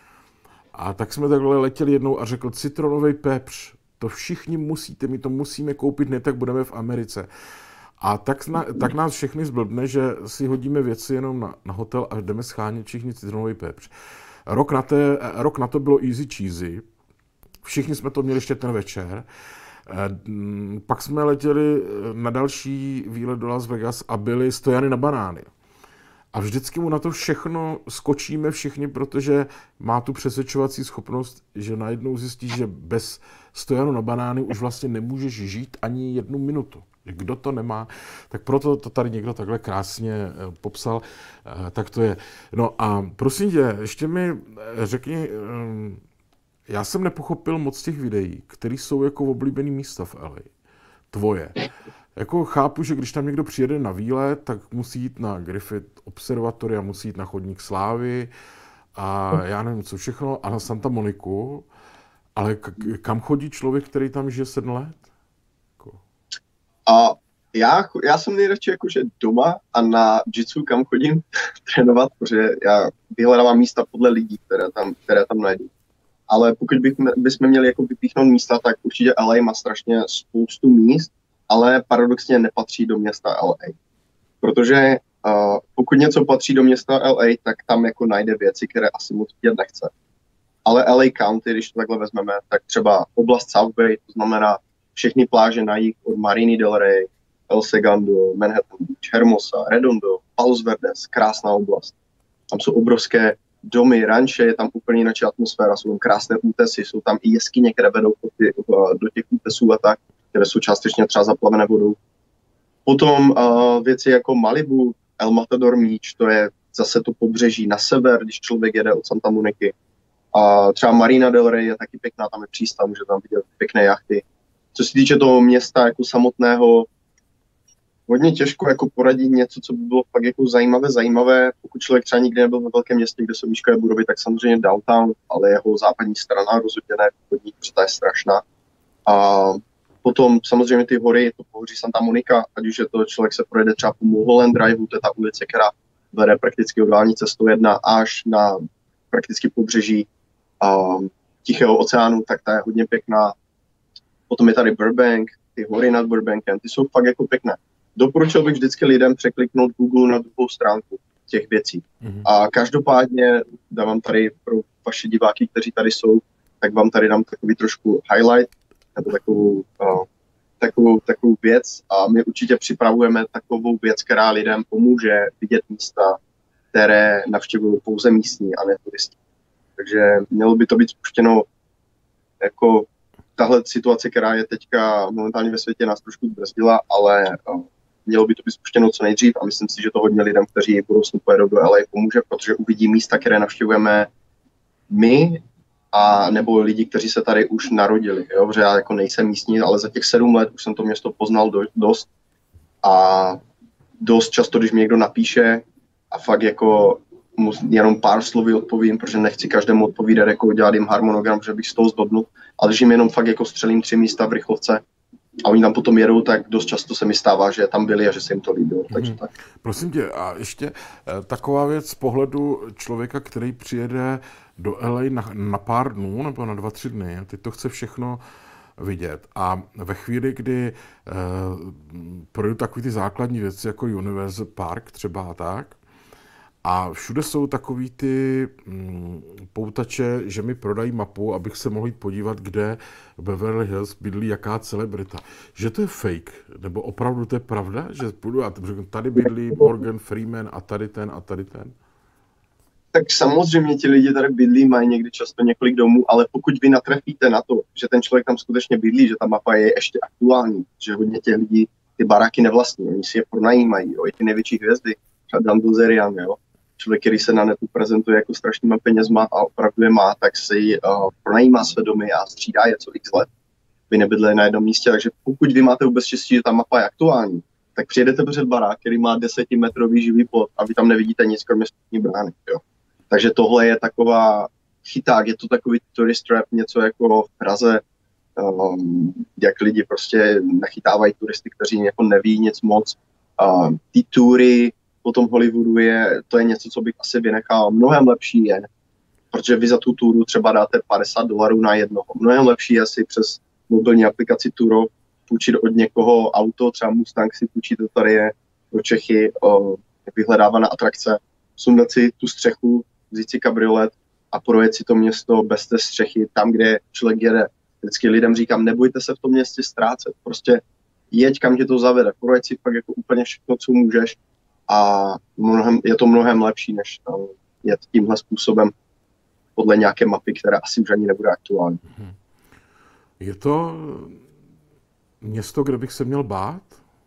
A: A tak jsme takhle letěli jednou a řekl, citronový pepř, to všichni musíte, my to musíme koupit, ne tak budeme v Americe. A tak, na, tak nás všechny zblbne, že si hodíme věci jenom na, na hotel a jdeme schánět všichni citronový pepř. Rok na, té, rok na to bylo Easy Cheesy, všichni jsme to měli ještě ten večer. Pak jsme letěli na další výlet do Las Vegas a byly stojany na banány. A vždycky mu na to všechno skočíme všichni, protože má tu přesvědčovací schopnost, že najednou zjistí, že bez stojanu na banány už vlastně nemůžeš žít ani jednu minutu. Kdo to nemá, tak proto to tady někdo takhle krásně popsal, tak to je. No a prosím tě, ještě mi řekni, já jsem nepochopil moc těch videí, které jsou jako oblíbený místa v L A. Tvoje. Jako chápu, že když tam někdo přijede na výlet, tak musí jít na Griffith Observatory a musí jít na chodník Slávy a já nevím co všechno a na Santa Moniku, ale k- kam chodí člověk, který tam žije sedm let? Jako...
B: A já, já jsem nejradši jakože doma a na jitsu, kam chodím trénovat, protože já vyhledávám místa podle lidí, které tam, které tam najdu. Ale pokud bychom, bychom měli jako vypíchnout místa, tak určitě L A má strašně spoustu míst, ale paradoxně nepatří do města L A. Protože uh, pokud něco patří do města L A, tak tam jako najde věci, které asi moc vidět nechce. Ale L A County, když to takhle vezmeme, tak třeba oblast South Bay, to znamená všechny pláže na jih od Marina del Rey, El Segundo, Manhattan Beach, Hermosa, Redondo, Palos Verdes, krásná oblast. Tam jsou obrovské domy, ranče, je tam úplně jiná atmosféra, jsou tam krásné útesy, jsou tam i jeskyně, které vedou do těch útesů a tak, které jsou částečně třeba zaplavené vodou. Potom uh, věci jako Malibu, El Matador Beach, to je zase to pobřeží na sever, když člověk jede od Santa Moniky. A třeba Marina del Rey je taky pěkná, tam je přístav, může tam vidět pěkné jachty. Co se týče toho města jako samotného, hodně těžko jako poradit něco, co by bylo fakt jako zajímavé, zajímavé. Pokud člověk třeba nikdy nebyl ve velkém městě, kde jsou výškové budovy, tak samozřejmě downtown, ale jeho západní strana rozhodně ne, východní, protože ta je strašná. A potom samozřejmě ty hory, je to pohoří Santa Monica, ať už je to člověk se projede třeba po Mulholland Driveu, to je ta ulice, která vede prakticky od dálnice sto jedna až na prakticky pobřeží um, Tichého oceánu, tak ta je hodně pěkná. Potom je tady Burbank, ty hory nad Burbankem, ty jsou fakt jako pěkné. Doporučil bych vždycky lidem překliknout Google na druhou stránku těch věcí. Mm-hmm. A každopádně dávám tady pro vaše diváky, kteří tady jsou, tak vám tady dám takový trošku highlight, nebo takovou, uh, takovou, takovou věc a my určitě připravujeme takovou věc, která lidem pomůže vidět místa, které navštěvují pouze místní a ne turisti. Takže mělo by to být spuštěno jako tahle situace, která je teďka momentálně ve světě, nás trošku zbrzdila, ale uh, mělo by to být spuštěno co nejdřív a myslím si, že to hodně lidem, kteří v budoucnu pojedou do L A, pomůže, protože uvidí místa, které navštěvujeme my, a nebo lidi, kteří se tady už narodili. Jo? Protože já jako nejsem místní, ale za těch sedm let už jsem to město poznal do, dost a dost často, když mi někdo napíše a fakt jako mu jenom pár slovy odpovím, protože nechci každému odpovídat, jako dělat jim harmonogram, že bych z toho zdobnul, ale když jim jenom fakt jako střelím tři místa v rychlovce a oni tam potom jedou, tak dost často se mi stává, že tam byli a že se jim to líbilo. Mm-hmm. Takže tak.
A: Prosím tě, a ještě eh, taková věc z pohledu člověka, který přijede do L A na, na pár dnů nebo na dva, tři dny a teď to chce všechno vidět. A ve chvíli, kdy eh, projdu takový ty základní věci jako Universal Park třeba a tak, a všude jsou takový ty mm, poutače, že mi prodají mapu, abych se mohl jít podívat, kde v Beverly Hills bydlí jaká celebrita. Že to je fake, nebo opravdu to je pravda, že půjdu a řeknu, tady bydlí Morgan Freeman a tady ten a tady ten?
B: Tak samozřejmě ti lidi tady bydlí, mají někdy často několik domů, ale pokud vy natrefíte na to, že ten člověk tam skutečně bydlí, že ta mapa je ještě aktuální, že hodně těch lidí ty baráky nevlastní, oni si je pronajímají, jo, i ty největší hvězdy, třeba Dan Bilzerian, jo. Člověk, který se na netu prezentuje jako strašnýma penězma a opravdu je má, tak si uh, pronajímá své domy a střídá je co x let. Vy nebydleli na jednom místě, takže pokud vy máte vůbec štěstí, že ta mapa je aktuální, tak přijedete před barák, který má desetimetrový živý plot a vy tam nevidíte nic, kromě vstupní brány. Jo. Takže tohle je taková chyták, je to takový tourist trap, něco jako v Praze, um, jak lidi prostě nachytávají turisty, kteří jako neví nic moc. Uh, ty tury po tom Hollywoodu je, to je něco, co bych asi vynechal. Mnohem lepší je, protože vy za tu túru třeba dáte padesát dolarů na jednoho. Mnohem lepší je si přes mobilní aplikaci Turo půjčit od někoho auto, třeba Mustang si půjčit, to tady je pro Čechy o, vyhledávaná atrakce, sundat si tu střechu, vzít si kabriolet a projet si to město bez té střechy, tam, kde člověk jede. Vždycky lidem říkám, nebojte se v tom městě ztrácet, prostě jeď, kam tě to zavede, projet si fakt jako úplně všechno, co můžeš a mnohem, je to mnohem lepší, než um, jet tímhle způsobem podle nějaké mapy, která asi už ani nebude aktuální.
A: Je to město, kde bych se měl bát?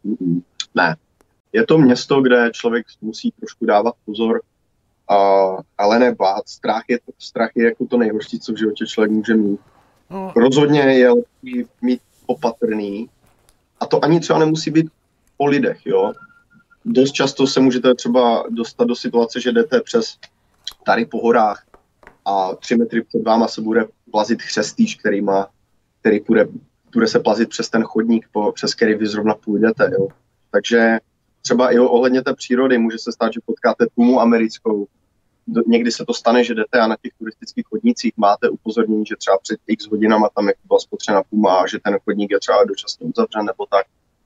B: Mm-mm. Ne. Je to město, kde člověk musí trošku dávat pozor, uh, ale ne bát. Strach je, strach je jako to nejhorší, co v životě člověk může mít.
A: No.
B: Rozhodně je lepší mít opatrný. A to ani třeba nemusí být o lidech, jo. Dost často se můžete třeba dostat do situace, že jdete přes tady po horách a tři metry před váma se bude plazit chřestýš, který má, který bude, bude se plazit přes ten chodník, po, přes který vy zrovna půjdete, jo. Takže třeba i ohledně té přírody může se stát, že potkáte pumu americkou. Do, někdy se to stane, že jdete a na těch turistických chodnících máte upozornění, že třeba před x hodinama tam jako byla spotřena puma a že ten chodník je třeba dočasně uzavřen nebo tak.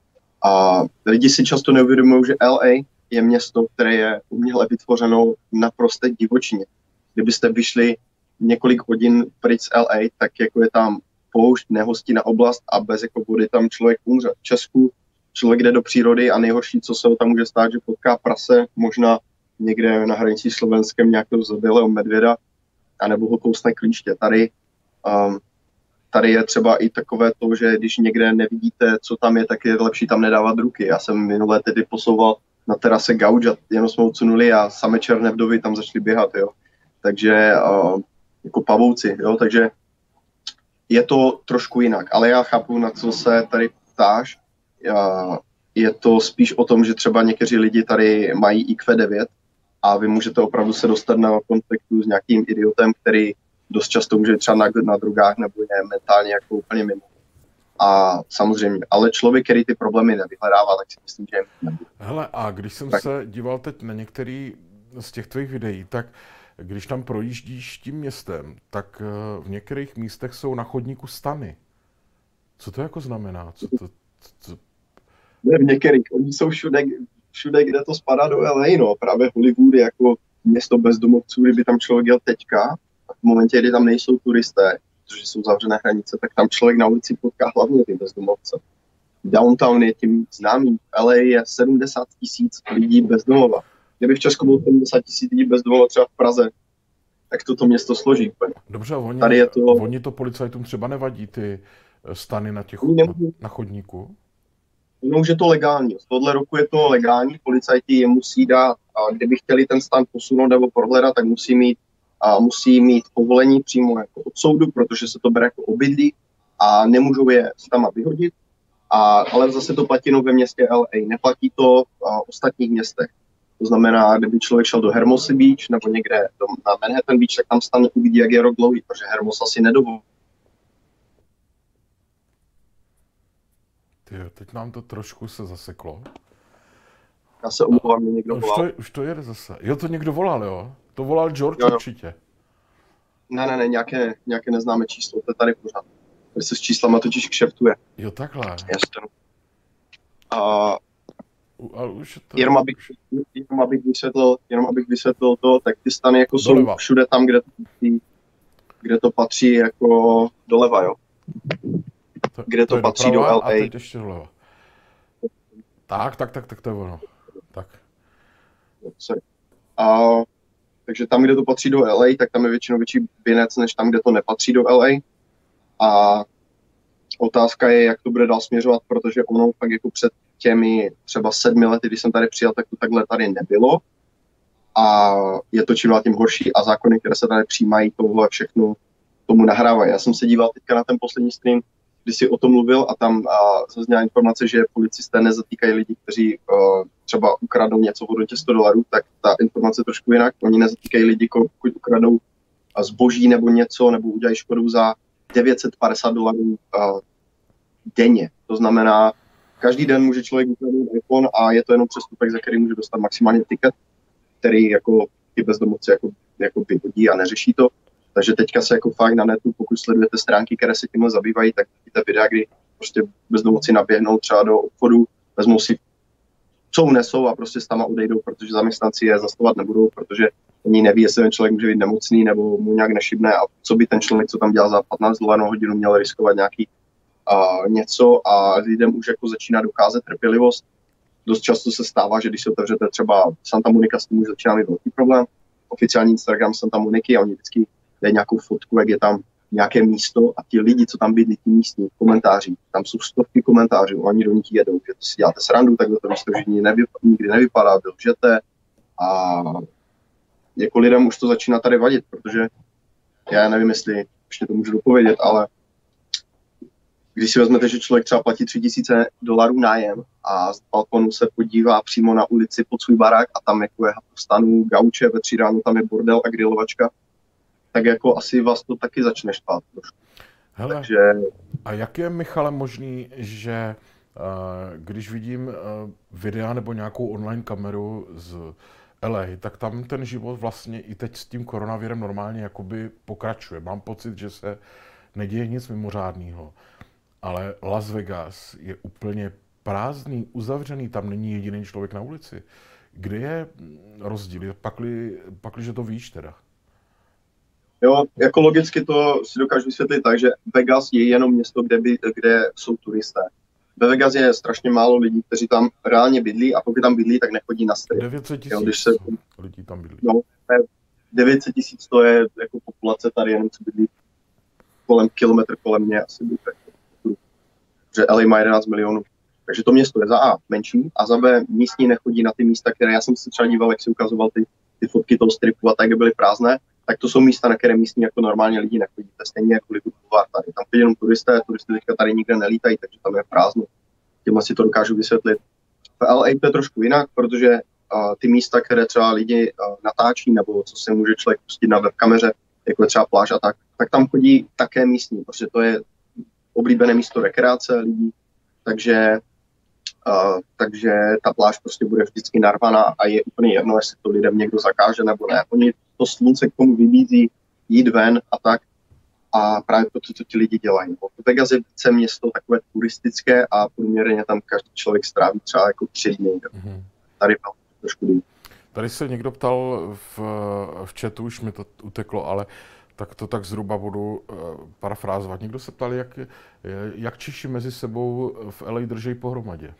B: A lidi si často neuvědomují, že L A je město, které je uměle vytvořeno naprosto divočině. Kdybyste vyšli několik hodin pryč z L A, tak jako je tam poušť, nehostinná oblast a bez jako vody tam člověk umře. V Česku člověk jde do přírody a nejhorší, co se ho tam může stát, že potká prase, možná někde na hranici Slovenskem nějakého zabělého medvěda, anebo ho kousne klíště. Tady, um, tady je třeba i takové to, že když někde nevidíte, co tam je, tak je lepší tam nedávat ruky. Já jsem minulé tedy posouval na terase gauč a jenom jsme odsunuli a samé černé vdovy tam začaly běhat, jo. Takže uh, jako pavouci, jo, takže je to trošku jinak. Ale já chápu, na co se tady ptáš. Uh, je to spíš o tom, že třeba někteří lidi tady mají I Q devět a vy můžete opravdu se dostat na kontaktu s nějakým idiotem, který dost často může třeba na, na drogách nebo je mentálně jako úplně mimo. A samozřejmě, ale člověk, který ty problémy nevyhledává, tak si myslím, že je nebude.
A: Hele, a když jsem tak. se díval teď na některý z těch tvých videí, tak když tam projíždíš tím městem, tak v některých místech jsou na chodníku stany. Co to jako znamená? Co to, co...
B: Ne, v některých, oni jsou všude, všude, kde to spadá do L A, no. Právě Hollywood je jako město bezdomovců, kdyby tam člověk jel teďka, a v momentě, kdy tam nejsou turisté, protože jsou zavřené hranice, tak tam člověk na ulici potká hlavně ty bezdomovce. Downtown je tím známý. L A je sedmdesát tisíc lidí bez domova. Kdyby v Česku bylo sedmdesát tisíc lidí bez domova třeba v Praze, tak toto město složí úplně.
A: Dobře, oni,
B: Tady je to...
A: oni to policajtům třeba nevadí, ty stany na, těch, na, na chodníku?
B: No, už je to legální. Z tohle roku je to legální. Policajti je musí dát, a kdyby chtěli ten stan posunout nebo prohledat, tak musí mít, a musí mít povolení přímo jako od soudu, protože se to bere jako obydlí a nemůžou je tam vyhodit. A, ale zase to platí ve městě L A. Neplatí to v ostatních městech. To znamená, kdyby člověk šel do Hermosa Beach nebo někde do, na Manhattan Beach, tak tam stan uvidí, jak je rok dlouhý, protože Hermos asi nedovolí.
A: Tyjo, teď nám to trošku se zaseklo.
B: Já se omlouvám, mě někdo volal.
A: Už to, už to jede zase. Jo, to někdo volal, jo? To volal George
B: jo, jo.
A: určitě.
B: Ne, ne, ne, nějaké, nějaké neznámé číslo, to je tady pořád. Tady se s číslama totiž kšeftuje.
A: Jo, takhle.
B: Jasně. A
A: už to...
B: jenom, abych, jenom, abych vysvětlil, jenom abych vysvětlil to, tak ty stany jako jsou všude tam, kde to patří, kde to patří jako doleva, jo.
A: To,
B: kde to, to patří do L A.
A: A teď ještě doleva. Tak, tak, tak, tak to je ono. Tak.
B: A, takže tam, kde to patří do L A, tak tam je většinou větší binec, než tam, kde to nepatří do L A. A otázka je, jak to bude dál směřovat, protože ono fakt jako před těmi třeba sedmi lety, když jsem tady přijel, tak to takhle tady nebylo. A je to čím dál tím horší a zákony, které se tady přijímají, tohle všechno tomu nahrávají. Já jsem se díval teďka na ten poslední stream, kdy si o tom mluvil a tam a, zazněla informace, že policisté nezatýkají lidi, kteří uh, třeba ukradnou něco v hodnotě sto dolarů, tak ta informace je trošku jinak. Oni nezatýkají lidi, pokud ukradnou zboží nebo něco, nebo udělají škodu za devět set padesát dolarů uh, denně. To znamená, každý den může člověk ukradnout iPhone a je to jenom přestupek, za který může dostat maximálně tiket, který jako ty bezdomovci jako, jako vyhodí a neřeší to. Takže teďka se jako fakt na netu, pokud sledujete stránky, které se tímhle zabývají, tak vidíte videa, kdy prostě bezdomovci naběhnou třeba do obchodu, vezmou si, co unesou a prostě s tama odejdou, protože zaměstnanci je zastavovat nebudou, protože oni neví, jestli ten člověk může být nemocný nebo mu nějak nešibne a co by ten člověk, co tam dělal za patnáct dolarů hodinu, měl riskovat nějaký uh, něco a lidem už jako začíná docházet trpělivost. Dost často se stává, že když se otevřete třeba Santa Monica, s tím už začíná mít velký problém. Oficiální Instagram Santa Moniky a oni vždycky dají nějakou fotku, jak je tam nějaké místo a ti lidi, co tam bydlí, ti místní komentáři, tam jsou stovky komentářů, oni do nich jedou, že to si děláte srandu, takhle to místo že nevy, nikdy nevypadá, byl lžete a jako lidem už to začíná tady vadit, protože já nevím, jestli ještě to můžu dopovědět, ale když si vezmete, že člověk třeba platí tři tisíce dolarů nájem a z balkonu se podívá přímo na ulici pod svůj barák a tam jako je stanu gauče, ve tři ráno tam je bordel a grilovačka, tak jako asi vás to taky začne štvat trošku.
A: Hele,
B: Takže...
A: a jak je, Michale, možný, že uh, když vidím uh, videa nebo nějakou online kameru z L A, tak tam ten život vlastně i teď s tím koronavirem normálně jakoby pokračuje. Mám pocit, že se neděje nic mimořádného. Ale Las Vegas je úplně prázdný, uzavřený, tam není jediný člověk na ulici. Kde je rozdíl? Pakli, pakli, že to víš teda.
B: Jo, jako logicky to si dokážu vysvětlit tak, že Vegas je jenom město, kde, by, kde jsou turisté. Ve Vegas je strašně málo lidí, kteří tam reálně bydlí a pokud tam bydlí, tak nechodí na strip.
A: devět set tisíc se... lidí tam bydlí.
B: No, devět set tisíc to je jako populace tady jenom, co bydlí kolem kilometr kolem mě asi by tak. Že L A má jedenáct milionů. Takže to město je za A menší a za B místní nechodí na ty místa, které já jsem se třeba díval, jak si ukazoval ty, ty fotky toho stripu a tak, kde byly prázdné, tak to jsou místa, na které místní jako normálně lidi nechodí. To je stejně jako Lidu Boulevard tady. Tam chodí jenom turisté, turisty teďka tady nikde nelítají, takže tam je prázdno. Tímhle si to dokážu vysvětlit. V L A to je trošku jinak, protože uh, ty místa, které třeba lidi uh, natáčí, nebo co se může člověk pustit na webkameře, jako je třeba pláž a tak, tak tam chodí také místní, protože to je oblíbené místo rekreace lidí, takže, uh, takže ta pláž prostě bude vždycky narvaná a je úplně jedno, jestli to lidem někdo zakáže nebo ne. Oni to slunce k tomu vybízí jít ven a tak a právě to, co ti lidi dělají. Vegas je více město takové turistické a průměrně tam každý člověk stráví třeba jako tři dny. Mm-hmm. Tady bylo trošku líp.
A: Tady se někdo ptal v, v chatu, už mi to uteklo, ale tak to tak zhruba budu uh, parafrázovat. Někdo se ptal, jak, jak Češi mezi sebou v L A drží pohromadě.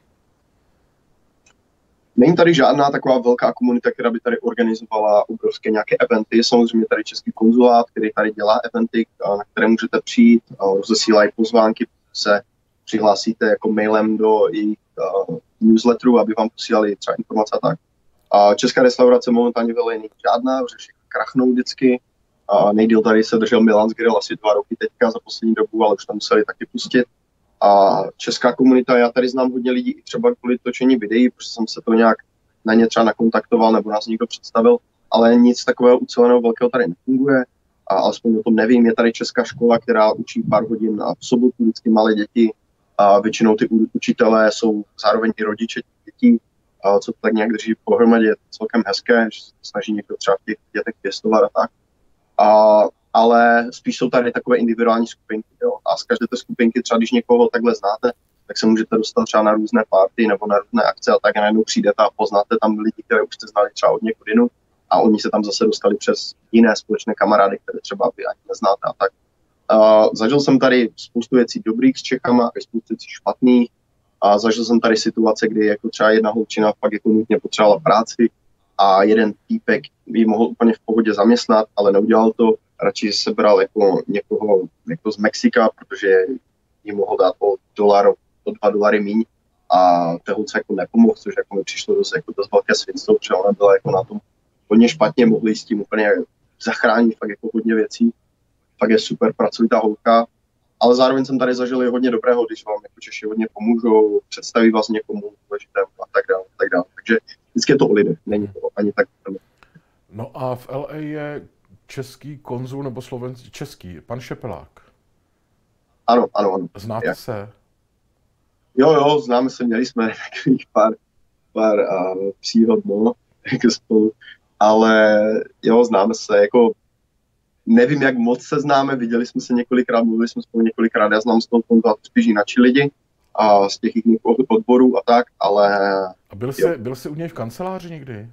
B: Není tady žádná taková velká komunita, která by tady organizovala obrovské nějaké eventy. Samozřejmě tady český konzulát, který tady dělá eventy, na které můžete přijít, rozesílají pozvánky, se přihlásíte jako mailem do jejich uh, newsletteru, aby vám posílali třeba informace a tak. A česká restaurace momentálně v L A není žádná, protože všechny krachnou vždycky. A nejdýl tady se držel Milan's Grill asi dva roky teďka za poslední dobu, ale už tam museli taky pustit. A česká komunita, já tady znám hodně lidí i třeba kvůli točení videí, protože jsem se to nějak na ně třeba nakontaktoval nebo nás někdo představil, ale nic takového uceleného velkého tady nefunguje. A alespoň o tom nevím, je tady česká škola, která učí pár hodin a v sobotu vždycky malé děti. A většinou ty učitelé jsou zároveň i rodiče dětí, a co to tak nějak drží pohromadě, je celkem hezké, že se snaží někdo třeba v těch dětech pěstovat a tak. A, ale spíš jsou tady takové individuální skupinky. Jo? A z každé té skupinky, třeba když někoho takhle znáte, tak se můžete dostat třeba na různé party nebo na různé akce a tak a najednou přijdete a poznáte tam lidi, které už jste znali třeba od někud jinu a oni se tam zase dostali přes jiné společné kamarády, které třeba vy ani neznáte a tak. Uh, zažil jsem tady spoustu věcí dobrých s Čechama a spoustu věcí špatných a zažil jsem tady situace, kdy jako třeba jedna holčina fakt jako nutně potřebovala práci a jeden týpek ji mohl úplně v pohodě zaměstnat, ale neudělal to. Radši se bral jako někoho jako z Mexika, protože jí mohl dát o dolar, o dva dolary míň a té holce jako nepomohl, což jako mi přišlo dost, jako dost velké svinstvo, protože ona byla jako na tom hodně špatně, mohli s tím úplně zachránit fakt jako hodně věcí. Fakt je super pracovitá holka, ale zároveň jsem tady zažil i hodně dobrého, když vám jako Češi hodně pomůžou, představí vás někomu důležitému a tak dále, tak dále. Takže vždycky je to o lidech, není to ani tak.
A: No a v L A je český konzul nebo slovenský, český, pan Šepelák.
B: Ano, ano, ano.
A: Znáte Jak? se?
B: Jo, jo, známe se, měli jsme takových pár, pár uh, příhod, no, jako spolu, ale jo, známe se, jako nevím, jak moc se známe, viděli jsme se několikrát, mluvili jsme spolu několikrát, já znám z toho konzulát spíš jináči lidi a z těch jiných odborů a tak, ale...
A: A byl jsi, byl jsi u něj v kanceláři někdy?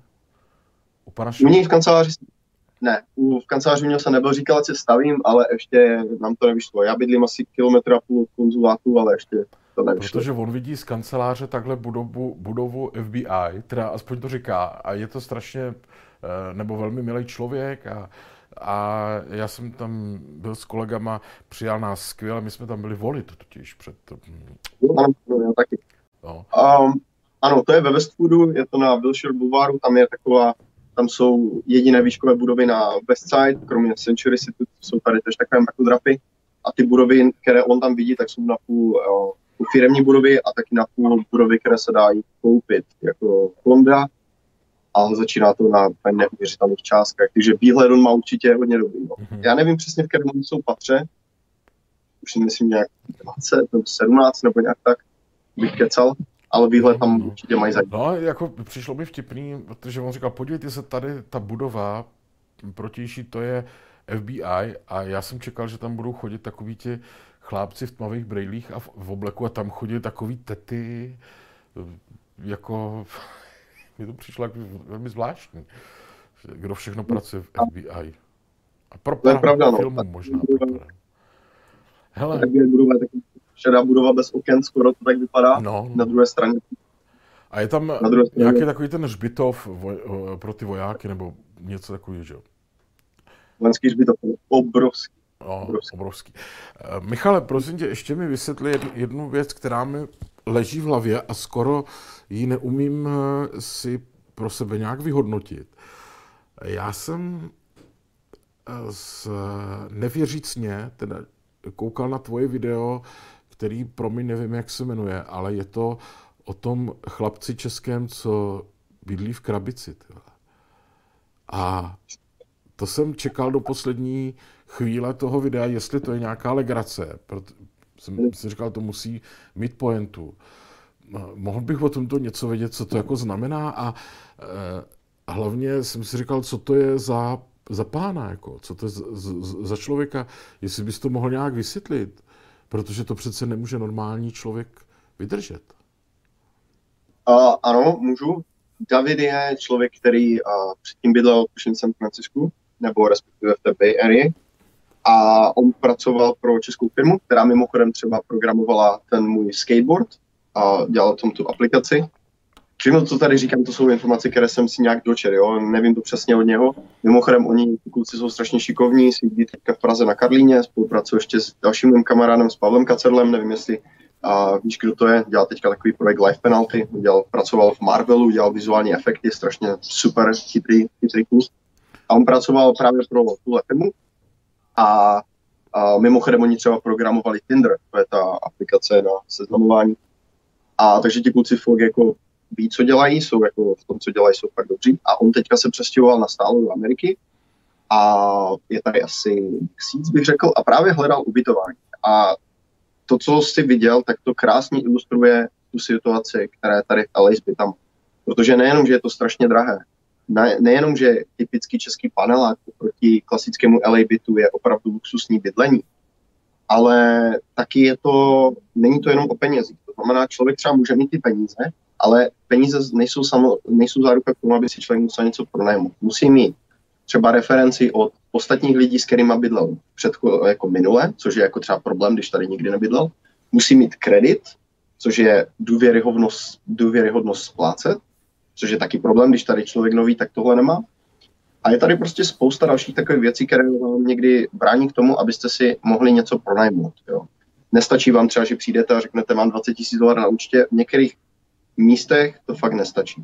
A: U pana
B: U něj v kanceláři ne, v kanceláři měl se nebyl, říkal, že se stavím, ale ještě nám to nevyšlo. Já bydlím asi kilometr a půl od konzulátu, ale ještě to nevyšlo.
A: Protože on vidí z kanceláře takhle budovu, budovu F B I, teda aspoň to říká, a je to strašně, nebo velmi milý člověk a A já jsem tam byl s kolegama, přijal nás skvěle, my jsme tam byli volit totiž před...
B: Ano, no, taky.
A: No.
B: Um, ano, to je ve Westwoodu, je to na Wilshire Boulevardu, tam je taková, tam jsou jediné výškové budovy na Westside, kromě Century City, jsou tady tež takové mrakodrapy. A ty budovy, které on tam vidí, tak jsou na půl uh, firemní budovy a taky na půl budovy, které se dají koupit jako Columbia. A začíná to na neuvěřitelných částkách, takže výhled on má určitě hodně dobrý. No. Mm-hmm. Já nevím přesně, v kterém jsou patře, už myslím nějak dvacet nebo sedmnáct nebo nějak tak, bych kecal, ale výhled tam
A: no.
B: určitě mají zajímavý.
A: No, jako přišlo mi vtipný, protože on říkal, podívejte se, tady ta budova protější, to je F B I a já jsem čekal, že tam budou chodit takoví ti chlápci v tmavých brejlích a v, v obleku a tam chodí takový tety, jako... Mně to přišlo jako velmi zvláštní, kdo všechno pracuje v F B I. A pro
B: pravda,
A: filmu
B: no.
A: možná. Hele.
B: Tak je budova, tak šedá budova bez oken, skoro to tak vypadá,
A: no, no.
B: Na druhé straně.
A: A je tam nějaký takový ten hřbitov voj, pro ty vojáky, nebo něco takového, že jo?
B: Vojenský hřbitov, obrovský.
A: No, obrovský. obrovský. Michale, prosím tě, ještě mi vysvětli jednu věc, která mi leží v hlavě a skoro ji neumím si pro sebe nějak vyhodnotit. Já jsem z nevěřícně teda koukal na tvoje video, který pro mě nevím, jak se jmenuje, ale je to o tom chlapci českém, co bydlí v krabici. Tyhle. A to jsem čekal do poslední chvíle toho videa, jestli to je nějaká legrace. Proto jsem si říkal, to musí mít pointu. Mohl bych o tomto něco vědět, co to jako znamená a, a hlavně jsem si říkal, co to je za, za pána, jako, co to je za, za člověka, jestli bys to mohl nějak vysvětlit, protože to přece nemůže normální člověk vydržet.
B: Uh, ano, můžu. David je člověk, který uh, předtím bydlel v San Francisku, nebo respektive v té Bay Area. A on pracoval pro českou firmu, která mimochodem třeba programovala ten můj skateboard a dělala tom tu aplikaci. Všechno, co tady říkám, to jsou informace, které jsem si nějak dočetl, jo, nevím to přesně od něho. Mimochodem, oni, ty kluci jsou strašně šikovní, sídlí teďka v Praze na Karlíně, spolupracují ještě s dalším mým kamarádem, s Pavlem Kacerlem, nevím, jestli a víš, kdo to je, dělal teďka takový projekt Life Penalty, dělal, pracoval v Marvelu, dělal vizuální efekty, strašně super, chytrý, chytrý kluk. A on pracoval právě pro tuhle firmu. A, a mimochodem oni třeba programovali Tinder, to je ta aplikace na seznamování. A takže ti kluci fakt jako ví, co dělají, jsou jako v tom, co dělají, jsou fakt dobří. A on teďka se přestěhoval na stálo do Ameriky a je tady asi měsíc, bych řekl, a právě hledal ubytování. A to, co jsi viděl, tak to krásně ilustruje tu situaci, která je tady v L A zbytám. Protože nejenom, že je to strašně drahé, ne, nejenom, že typický český panelák proti klasickému L A bytu je opravdu luxusní bydlení, ale taky je to, není to jenom o penězích. To znamená, člověk třeba může mít ty peníze, ale peníze nejsou, samo, nejsou záruka k tomu, aby si člověk musel něco pronajmout. Musí mít třeba referenci od ostatních lidí, s kterými bydlel před, jako minule, což je jako třeba problém, když tady nikdy nebydlel. Musí mít kredit, což je důvěryhodnost, důvěryhodnost splácet, což je taky problém, když tady člověk nový, tak tohle nemá. A je tady prostě spousta dalších takových věcí, které vám někdy brání k tomu, abyste si mohli něco pronajmout. Jo. Nestačí vám třeba, že přijdete a řeknete, mám dvacet tisíc dolarů na účtě, v některých místech to fakt nestačí.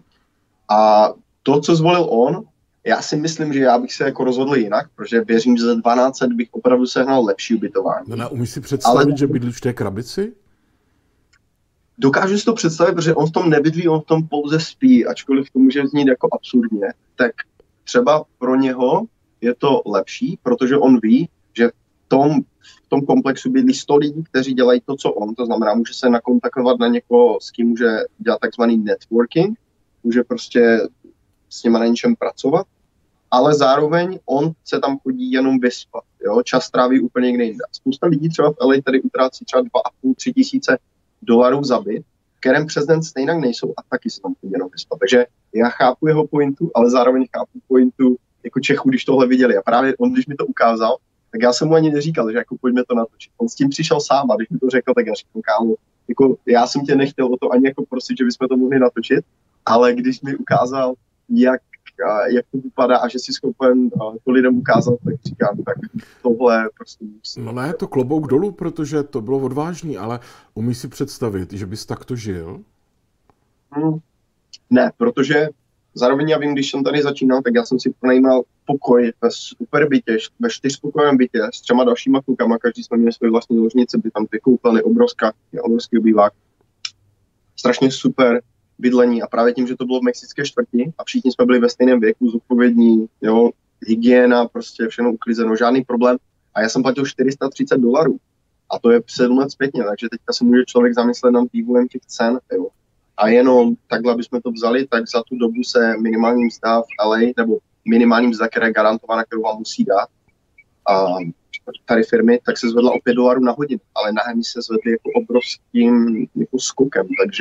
B: A to, co zvolil on, já si myslím, že já bych se jako rozhodl jinak, protože věřím, že za dvanáct set bych opravdu sehnal lepší ubytování.
A: No, umíš si představit, ale... že bydlíš v té krabici?
B: Dokážu si to představit, protože on v tom nebydlí, on v tom pouze spí, ačkoliv to může znít jako absurdně. Tak třeba pro něho je to lepší, protože on ví, že v tom, v tom komplexu bydlí sto lidí, kteří dělají to, co on. To znamená, může se nakontaktovat na někoho, s kým může dělat takzvaný networking, může prostě s nima na něčem pracovat, ale zároveň on se tam chodí jenom vyspat. Jo? Čas tráví úplně někde jinde. Spousta lidí třeba v L A tady utrácí třeba dva a půl, tři tisíce dolarů za byt, kterém přes den stejně nejsou a taky se tam chodí jenom vyspat. Takže já chápu jeho pointu, ale zároveň chápu pointu jako Čechů, když tohle viděli. A právě on, když mi to ukázal, tak já jsem mu ani neříkal, že jako pojďme to natočit. On s tím přišel sám a když mi to řekl, tak já říkám, kámo, jako já jsem tě nechtěl o to ani jako prosit, že bychom to mohli natočit, ale když mi ukázal, jak a jak to vypadá a že jsi schopen to lidem ukázat, tak říkám, tak tohle prostě musím.
A: No ne, to klobouk dolů, protože to bylo odvážný, ale umíš si představit, že bys takto žil?
B: Hmm. Ne, protože zároveň já vím, když jsem tady začínal, tak já jsem si pronajímal pokoj ve super bytě, ve čtyřpokojovém bytě s třema dalšíma klukama, každý jsme měli svoji vlastní ložnici, by tam dvě koupelny, obrovská, obrovský obývák. Strašně super bydlení a právě tím, že to bylo v mexické čtvrti a všichni jsme byli ve stejném věku, zodpovědní, jo, hygiena, prostě všechno uklizeno, žádný problém. A já jsem platil čtyři sta třicet dolarů a to je sedm let zpětně, takže teďka se může člověk zamyslet nad vývojem těch cen, jo. A jenom takhle, bychom to vzali, tak za tu dobu se minimální mzda v L A, nebo minimální mzda, která je garantovaná, kterou vám musí dát, a tady firmy, tak se zvedla o pět dolarů na hodinu, ale nájmy se zvedly jako obrovským jako skokem, takže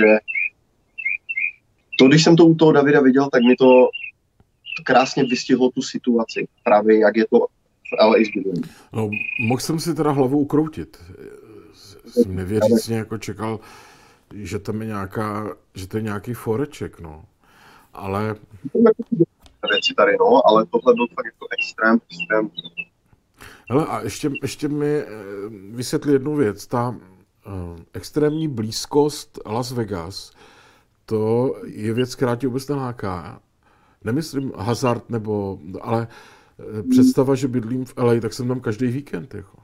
B: to, když jsem to u toho Davida viděl, tak mi to krásně vystihlo tu situaci, právě jak je to v L A s bydlením.
A: No, mohl jsem si teda hlavu ukroutit. Jsem nevěřícně jako čekal, že tam je nějaká, že to je nějaký foreček, no. Ale...
B: Věci tady, no, ale tohle byl fakt jako extrém, extrém.
A: Hele, a ještě, ještě mi vysvětli jednu věc. Ta uh, extrémní blízkost Las Vegas, to je věc, která ti vůbec neláká. Nemyslím hazard, nebo, ale představa, že bydlím v L A, tak jsem tam každý víkend, jako.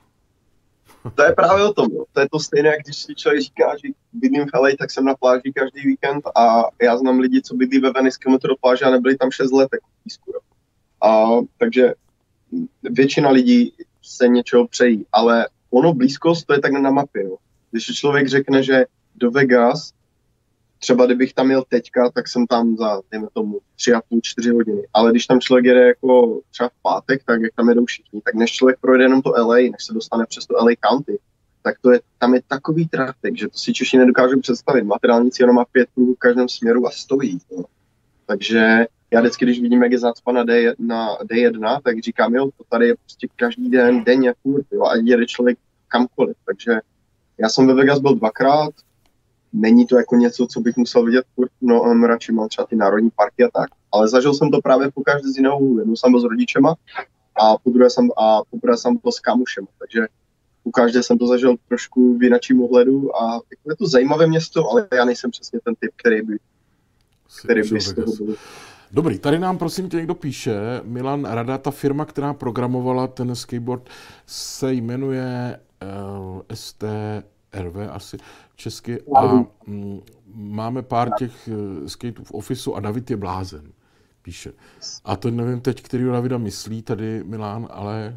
B: To je právě o tom, no. To je to stejné, jak když si člověk říká, že bydlím v L A, tak jsem na pláži každý víkend a já znám lidi, co bydlí ve Venice kilometr do pláže a nebyli tam šest let, jako v písku, jo. A takže většina lidí se něčeho přejí, ale ono blízkost, to je tak na mapě, jo. Když člověk řekne, že do Vegas, třeba kdybych tam jel teďka, tak jsem tam za, dejme tomu, tři a půl, čtyři hodiny. Ale když tam člověk jede jako třeba v pátek, tak jak tam jedou všichni, tak než člověk projede jenom to L A, než se dostane přes to L A County, tak to je, tam je takový trafik, že to si Češi nedokážou představit. Materiálnici jenom má pět pruhů v každém směru a stojí. No. Takže já vždycky, když vidím, jak je zácpa na, D, na D jedna, tak říkám, jo, to tady je prostě každý den, denně, furt, jo, a jede člověk kamkoliv. Takže já jsem ve Vegas byl dvakrát, není to jako něco, co bych musel vidět furt, no um, radši mám třeba ty národní parky a tak. Ale zažil jsem to právě po každé z jiného úhlu. Jednou jsem byl s rodičema a po druhé jsem, a po druhé jsem byl s kámošem. Takže u každé jsem to zažil trošku v jinačím ohledu a je to zajímavé město, ale já nejsem přesně ten typ, který by, který by z toho byl.
A: Dobrý, tady nám prosím tě někdo píše, Milan Rada, ta firma, která programovala ten skateboard, se jmenuje uh, S T R V asi česky a mm, máme pár těch uh, skateů v ofisu a David je blázen, píše. A to nevím teď, kterýho Davida myslí tady Milan, ale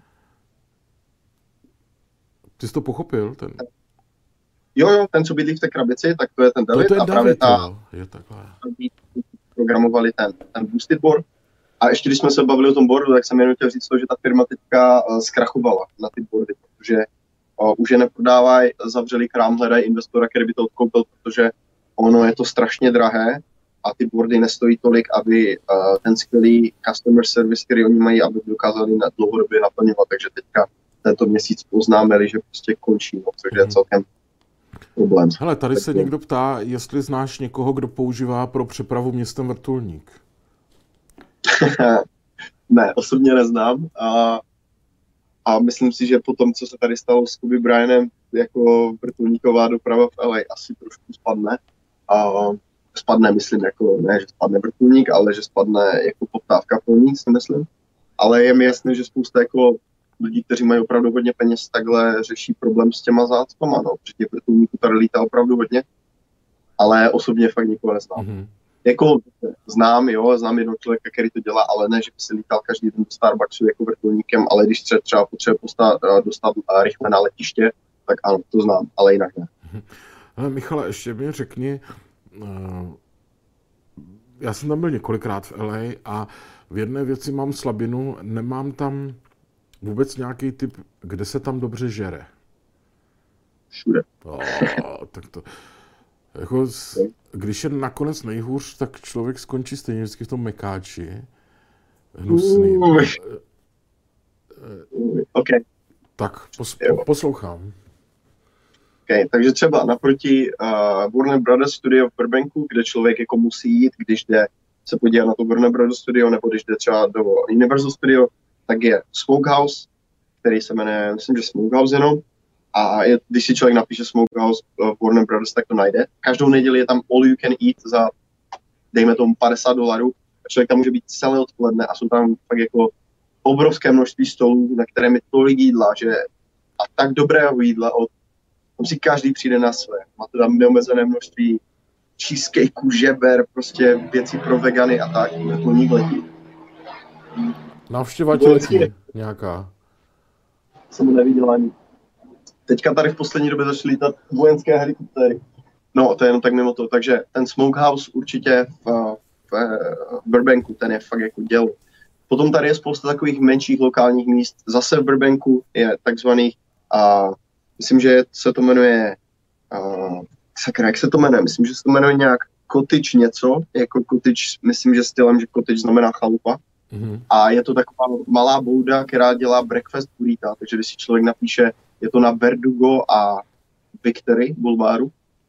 A: ty jsi to pochopil? Ten...
B: Jo, jo, ten, co bydlí v té krabici, tak to je ten David.
A: To, to je
B: a
A: David,
B: právě ta,
A: jo, je takhle.
B: Programovali ten, ten boosted board. A ještě když jsme se bavili o tom boardu, tak jsem jenom chtěl říct to, že ta firma teďka uh, zkrachovala na ty boardy, protože uh, už je neprodávají, zavřeli krám, hledají investora, který by to odkoupil, protože ono je to strašně drahé a ty boardy nestojí tolik, aby uh, ten skvělý customer service, který oni mají, aby dokázali na dlouhodobě naplňovat. Takže teďka tento měsíc oznámili, že prostě končí, no, což je celkem problém.
A: Hele, tady se někdo ptá, jestli znáš někoho, kdo používá pro přepravu městem vrtulník.
B: Ne, osobně neznám. A, a myslím si, že po tom, co se tady stalo s Kobe Bryantem, jako vrtulníková doprava v L A asi trošku spadne. A spadne, myslím, jako ne, že spadne vrtulník, ale že spadne jako poptávka po ní, si myslím. Ale je mi jasné, že spousta jako lidí, kteří mají opravdu hodně peněz, takhle řeší problém s těma zácpama, no, protože těch vrtulníků tady lítá opravdu hodně, ale osobně fakt nikoho neznám. Mm-hmm. Jako znám, jo, znám jednoho člověka, který to dělá, ale ne, že by se lítal každý den do Starbucksu jako vrtulníkem, ale když třeba, třeba potřebuje dostat, dostat rychle na letiště, tak ano, to znám, ale jinak ne.
A: Ale Michale, ještě mi řekni, já jsem tam byl několikrát v L A a v jedné věci mám slabinu, nemám tam vůbec nějaký typ, kde se tam dobře žere?
B: Všude.
A: Oh, tak to, jako, když je nakonec nejhůř, tak člověk skončí stejně vždycky v tom mekáči. Hnusný. Uh,
B: okay.
A: Tak pos- poslouchám.
B: Okay, takže třeba naproti uh, Warner Brothers studio v Burbanku, kde člověk jako musí jít, když jde se podívat na to Warner Brothers Studio, nebo když jde třeba do Universal Studio, tak je Smokehouse, který se jmenuje, myslím, že Smokehouse jenom. A je, když si člověk napíše Smokehouse uh, Warner Brothers, tak to najde. Každou neděli je tam all you can eat za, dejme tomu, padesát dolarů. A člověk tam může být celé odpoledne a jsou tam fakt jako obrovské množství stolů, na kterém je tolik jídla, že a tak dobrého jídla, od, tam si každý přijde na své. Má to tam neomezené množství cheesecakeů, žeber, prostě věcí pro vegany a tak. To nikdo letí.
A: Návštěva letí nějaká.
B: Jsem neviděl ani. Teďka tady v poslední době začaly lítat vojenské helikoptéry. No, to je jenom tak mimo to. Takže ten Smokehouse určitě v, v Burbanku, ten je fakt jako dělo. Potom tady je spousta takových menších lokálních míst. Zase v Burbanku je takzvaných, uh, myslím, že se to jmenuje, uh, sakra, jak se to jmenuje? Myslím, že se to jmenuje nějak cottage něco, jako cottage, myslím, že stylem, že cottage znamená chalupa. Mm-hmm. A je to taková malá bouda, která dělá breakfast burrita, takže když si člověk napíše, je to na Verdugo a Victory Boulevard.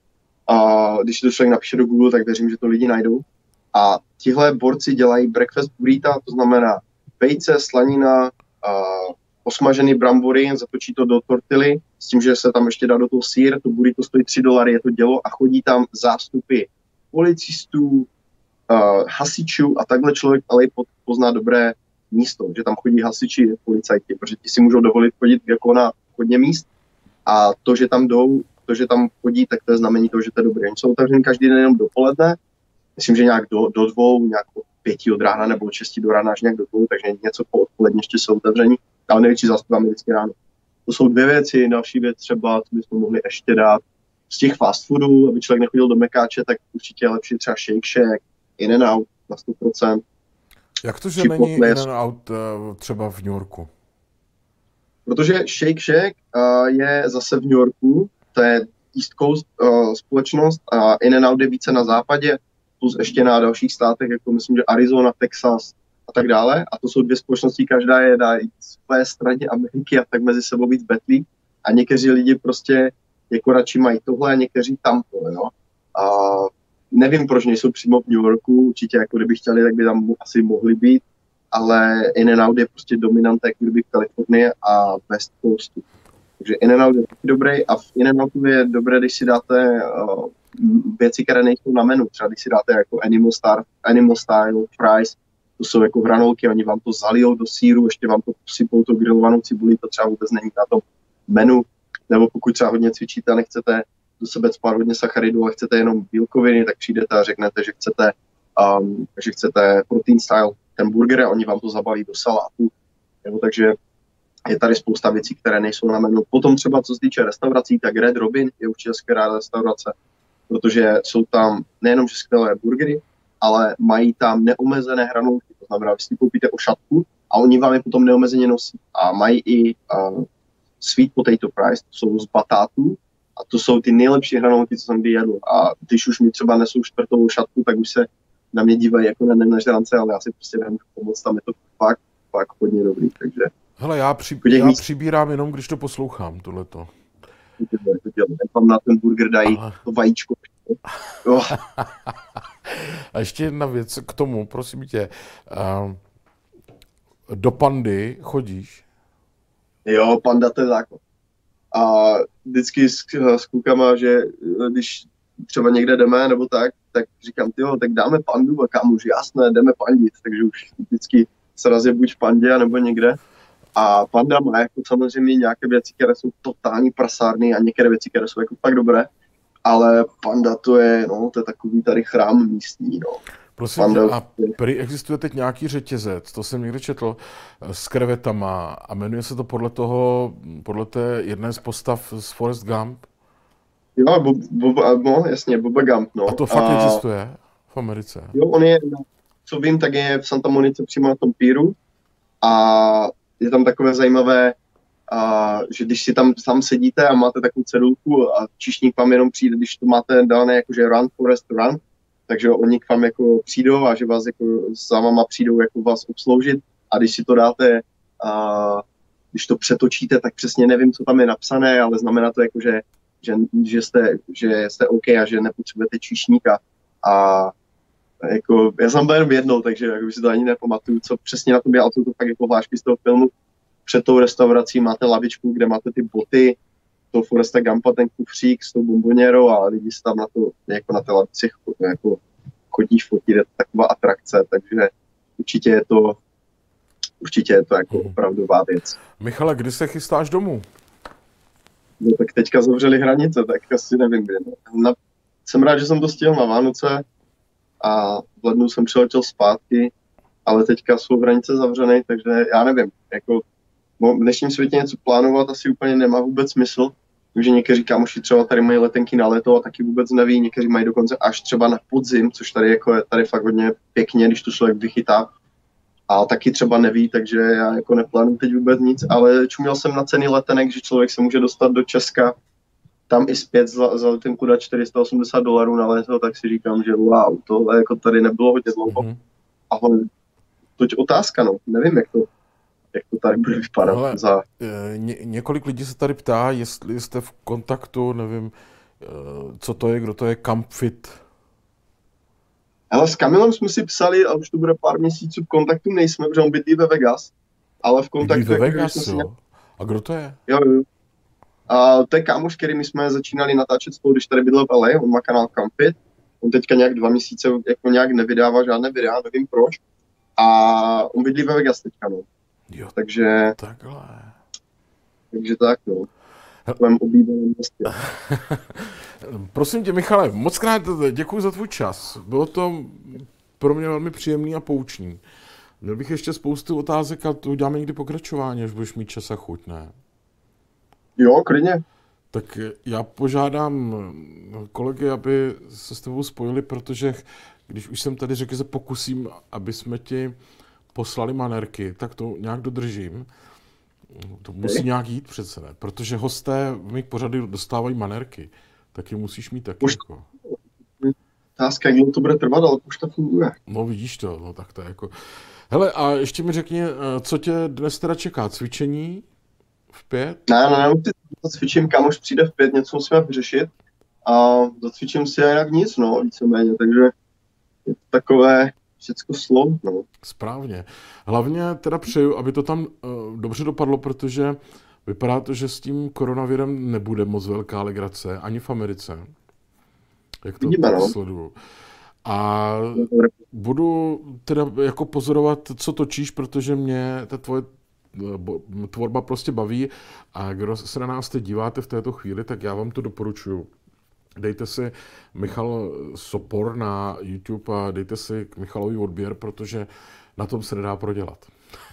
B: A když to člověk napíše do Google, tak věřím, že to lidi najdou. A tihle borci dělají breakfast burrita, to znamená vejce, slanina, uh, osmažený brambory, zatočí to do tortily, s tím, že se tam ještě dá do toho sýr, to burrito stojí tři dolary, je to dělo a chodí tam zástupy policistů, uh, hasičů a takhle člověk ale pozná dobré místo, že tam chodí hasiči, policajti, protože ti si můžou dovolit chodit jako na hodně míst a to, že tam jdou, to, že tam chodí, tak to je znamení toho, že to je dobré. Oni jsou otevřeni každý den jenom dopoledne, myslím, že nějak do, do dvou, nějak od pěti od rána nebo od šesti do rána až nějak do dvou, takže něco po odpoledně ještě jsou otevření, ale největší zástup máme vždycky ráno. To jsou dvě věci, další věc třeba, co bychom mohli ještě dát z těch fast foodů, aby člověk nechodil do mekáče, tak určitě je lepší třeba Shake Shack, In-N-Out na sto procent.
A: Jak to, že není In-N-Out třeba v New Yorku?
B: Protože Shake Shack uh, je zase v New Yorku, to je East Coast uh, společnost a In-N-Out je více na západě, plus ještě na dalších státech, jako myslím, že Arizona, Texas a tak dále. A to jsou dvě společnosti, každá je na své straně Ameriky a tak mezi sebou víc betlí. A někteří lidi prostě jako radši mají tohle a někteří tamto, jo. A nevím, proč nejsou přímo v New Yorku, určitě jako kdyby chtěli, tak by tam asi mohli být, ale In-N-Out je prostě dominant, jako kdyby v Kalifornii a West Coastu. Takže In-N-Out je taky dobrý a v In-N-Outu je dobré, když si dáte uh, věci, které nejsou na menu. Třeba když si dáte jako Animal, Star, Animal Style, Fries, to jsou jako hranolky, oni vám to zalijou do sýru, ještě vám to posypou to grilovanou cibuli, to třeba vůbec není na tom menu. Nebo pokud třeba hodně cvičíte a nechcete do sebe spát hodně sacharidů a chcete jenom bílkoviny, tak přijdete a řeknete, že chcete, um, že chcete protein style, ten burger a oni vám to zabalí do salátu. Nebo takže je tady spousta věcí, které nejsou na menu. Potom třeba, co se týče restaurací, tak Red Robin je určitě skvělá restaurace, protože jsou tam nejenom, že skvělé burgery, ale mají tam neomezené hranolky. To znamená, že si koupíte ošatku a oni vám je potom neomezeně nosí. A mají i uh, sweet potato fries, to jsou z batátů a to jsou ty nejlepší hranolky, co jsem kdy jedl. A když už mi třeba nesou čtvrtou ošatku, tak už se na mě dívají jako na nenažrance, ale já si prostě nemůžu pomoct, tam je to fakt, fakt hodně dobrý, takže...
A: Hele, já, při, já míst... přibírám jenom, když to poslouchám, tohleto.
B: Tam na ten burger dají Aha. to vajíčko. Oh.
A: A ještě jedna věc k tomu, prosím tě. Uh, do Pandy chodíš?
B: Jo, Panda to je zákon. A vždycky s, s klukama, že když třeba někde jdeme nebo tak, tak říkám, tyjo, tak dáme Pandu a kámoš, jasné, jdeme pandit, takže už vždycky se razje buď v Pandě, nebo někde. A Panda má jako samozřejmě nějaké věci, které jsou totální prasárny a některé věci, které jsou jako tak dobré, ale Panda to je, no, to je takový tady chrám místní, no.
A: Prosím Panda... tě, a prý existuje teď nějaký řetězec, to jsem někde četl, s krevetama a jmenuje se to podle toho, podle té jedné z postav z Forrest Gump?
B: Jo, Bob, Bob, no, jasně, Boba Gump, no.
A: A to fakt a... existuje v Americe?
B: Jo, on je, co vím, tak je v Santa Monice přímo na tom píru a je tam takové zajímavé, a, že když si tam, tam sedíte a máte takovou cedulku a čišník vám jenom přijde, když to máte dané jakože run for restaurant, takže oni k vám jako přijdou a že vás jako za váma přijdou jako vás obsloužit a když si to dáte, a, když to přetočíte, tak přesně nevím, co tam je napsané, ale znamená to jako, že, že, že, jste, že jste OK a že nepotřebujete čišníka a jako, já jsem byl jenom jednou, takže jako si to ani nepamatuju, co přesně na tom je, ale to, to fakt jako hlášky z toho filmu. Před tou restaurací máte lavičku, kde máte ty boty, toho Foresta Gumpa, ten kufřík s tou bombonierou a lidi se tam na to, jako na té lavici jako chodí fotit, je to taková atrakce, takže určitě je to, určitě je to jako opravdová věc.
A: Michale, kdy se chystáš domů?
B: No tak teďka zavřeli hranice, tak asi nevím kdy. No. Na, jsem rád, že jsem to stihl na Vánoce a v lednu jsem přiletěl zpátky, ale teďka jsou hranice zavřené, takže já nevím, jako v dnešním světě něco plánovat asi úplně nemá vůbec smysl. Takže někteří kámoši třeba tady mají letenky na léto a taky vůbec neví, někteří mají dokonce až třeba na podzim, což tady jako je tady fakt hodně pěkně, když to člověk vychytá. A taky třeba neví, takže já jako neplánuji teď vůbec nic, ale čuměl jsem na ceny letenek, že člověk se může dostat do Česka tam i zpět za, za letenku na čtyři sta osmdesát dolarů na léto, tak si říkám, že wow, tohle jako tady nebylo hodně dlouho. Mm-hmm. Ale toť otázka, no, nevím, jak to, jak to tady bude vypadat.
A: Hele,
B: za...
A: ně, několik lidí se tady ptá, jestli jste v kontaktu, nevím, co to je, kdo to je, Campfit.
B: Ale s Kamilem jsme si psali, a už to bude pár měsíců, v kontaktu nejsme, protože on bydlí ve Vegas, ale v kontaktu...
A: Bydlí ve Vegas, jo?
B: Nějak...
A: A kdo to je?
B: Jo, jo. A to je kámoš, který my jsme začínali natáčet spolu, když tady bydlel v L A, on má kanál Campfit, on teďka nějak dva měsíce jako nějak nevydává žádné videa, nevím proč, a on bydlí ve Vegas teďka, no.
A: Jo,
B: takže...
A: takhle.
B: Takže tak, no. V tvém oblíbeném městě.
A: Prosím tě, Michale, moc krát děkuji za tvůj čas. Bylo to pro mě velmi příjemný a poučný. Měl bych ještě spoustu otázek a to uděláme někdy pokračování, až budeš mít čas a chuť, ne?
B: Jo, klidně.
A: Tak já požádám kolegy, aby se s tebou spojili, protože když už jsem tady řekl, že se pokusím, aby jsme ti poslali manerky, tak to nějak dodržím. To musí nějak jít přece, ne? Protože hosté v mých pořadech dostávají manerky. Tak je musíš mít taky.
B: Už...
A: Jako.
B: Otázka, jak to bude trvat, ale už to funguje.
A: No vidíš to, no tak to je jako... Hele, a ještě mi řekni, co tě dnes teda čeká? Cvičení v pět?
B: Ne, ne, ne, cvičím, kamož přijde v pět, něco musíme vyřešit a zacvičím si a jinak nic, no, víceméně, takže je to takové všecko slov, no.
A: Správně. Hlavně teda přeju, aby to tam uh, dobře dopadlo, protože vypadá to, že s tím koronavirem nebude moc velká legrace, ani v Americe. Jak to
B: Vidíme, no.
A: sleduju. A budu teda jako pozorovat, co točíš, protože mě ta tvoje tvorba prostě baví a kdo se na nás teď díváte v této chvíli, tak já vám to doporučuju. Dejte si Michal Sopor na YouTube a dejte si k Michalovi odběr, protože na tom se nedá prodělat.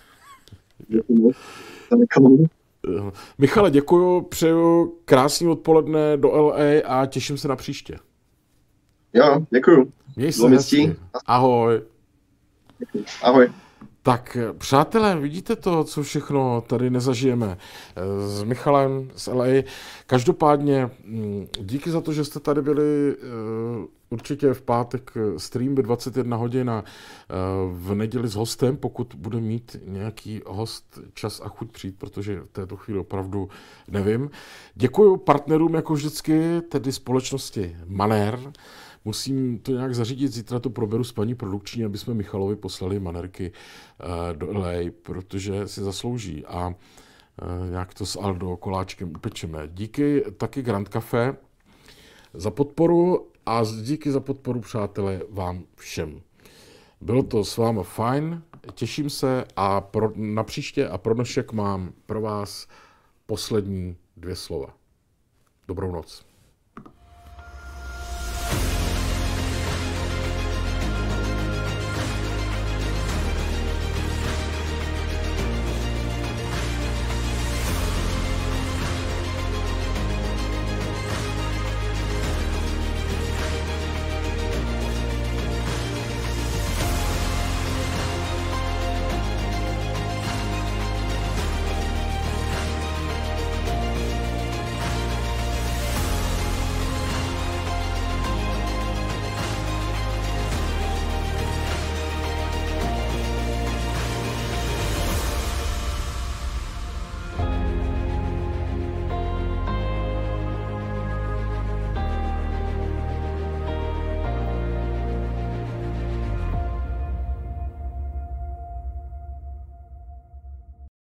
A: Michale, děkuju, přeju krásný odpoledne do L A a těším se na příště.
B: Jo, děkuju.
A: Měj se hezky. Ahoj.
B: Děkuju. Ahoj.
A: Tak, přátelé, vidíte to, co všechno tady nezažijeme s Michalem z L A. Každopádně díky za to, že jste tady byli. Určitě v pátek stream ve dvacet jedna hodin a v neděli s hostem, pokud bude mít nějaký host čas a chuť přijít, protože v této chvíli opravdu nevím. Děkuji partnerům jako vždycky, tedy společnosti Manér. Musím to nějak zařídit, zítra to proberu s paní produkční, aby jsme Michalovi poslali manerky do L A, protože si zaslouží a nějak to s Aldo koláčkem upečeme. Díky taky Grand Café za podporu a díky za podporu, přátelé, vám všem. Bylo to s vámi fajn, těším se a pro, na příště a pro dnešek mám pro vás poslední dvě slova. Dobrou noc.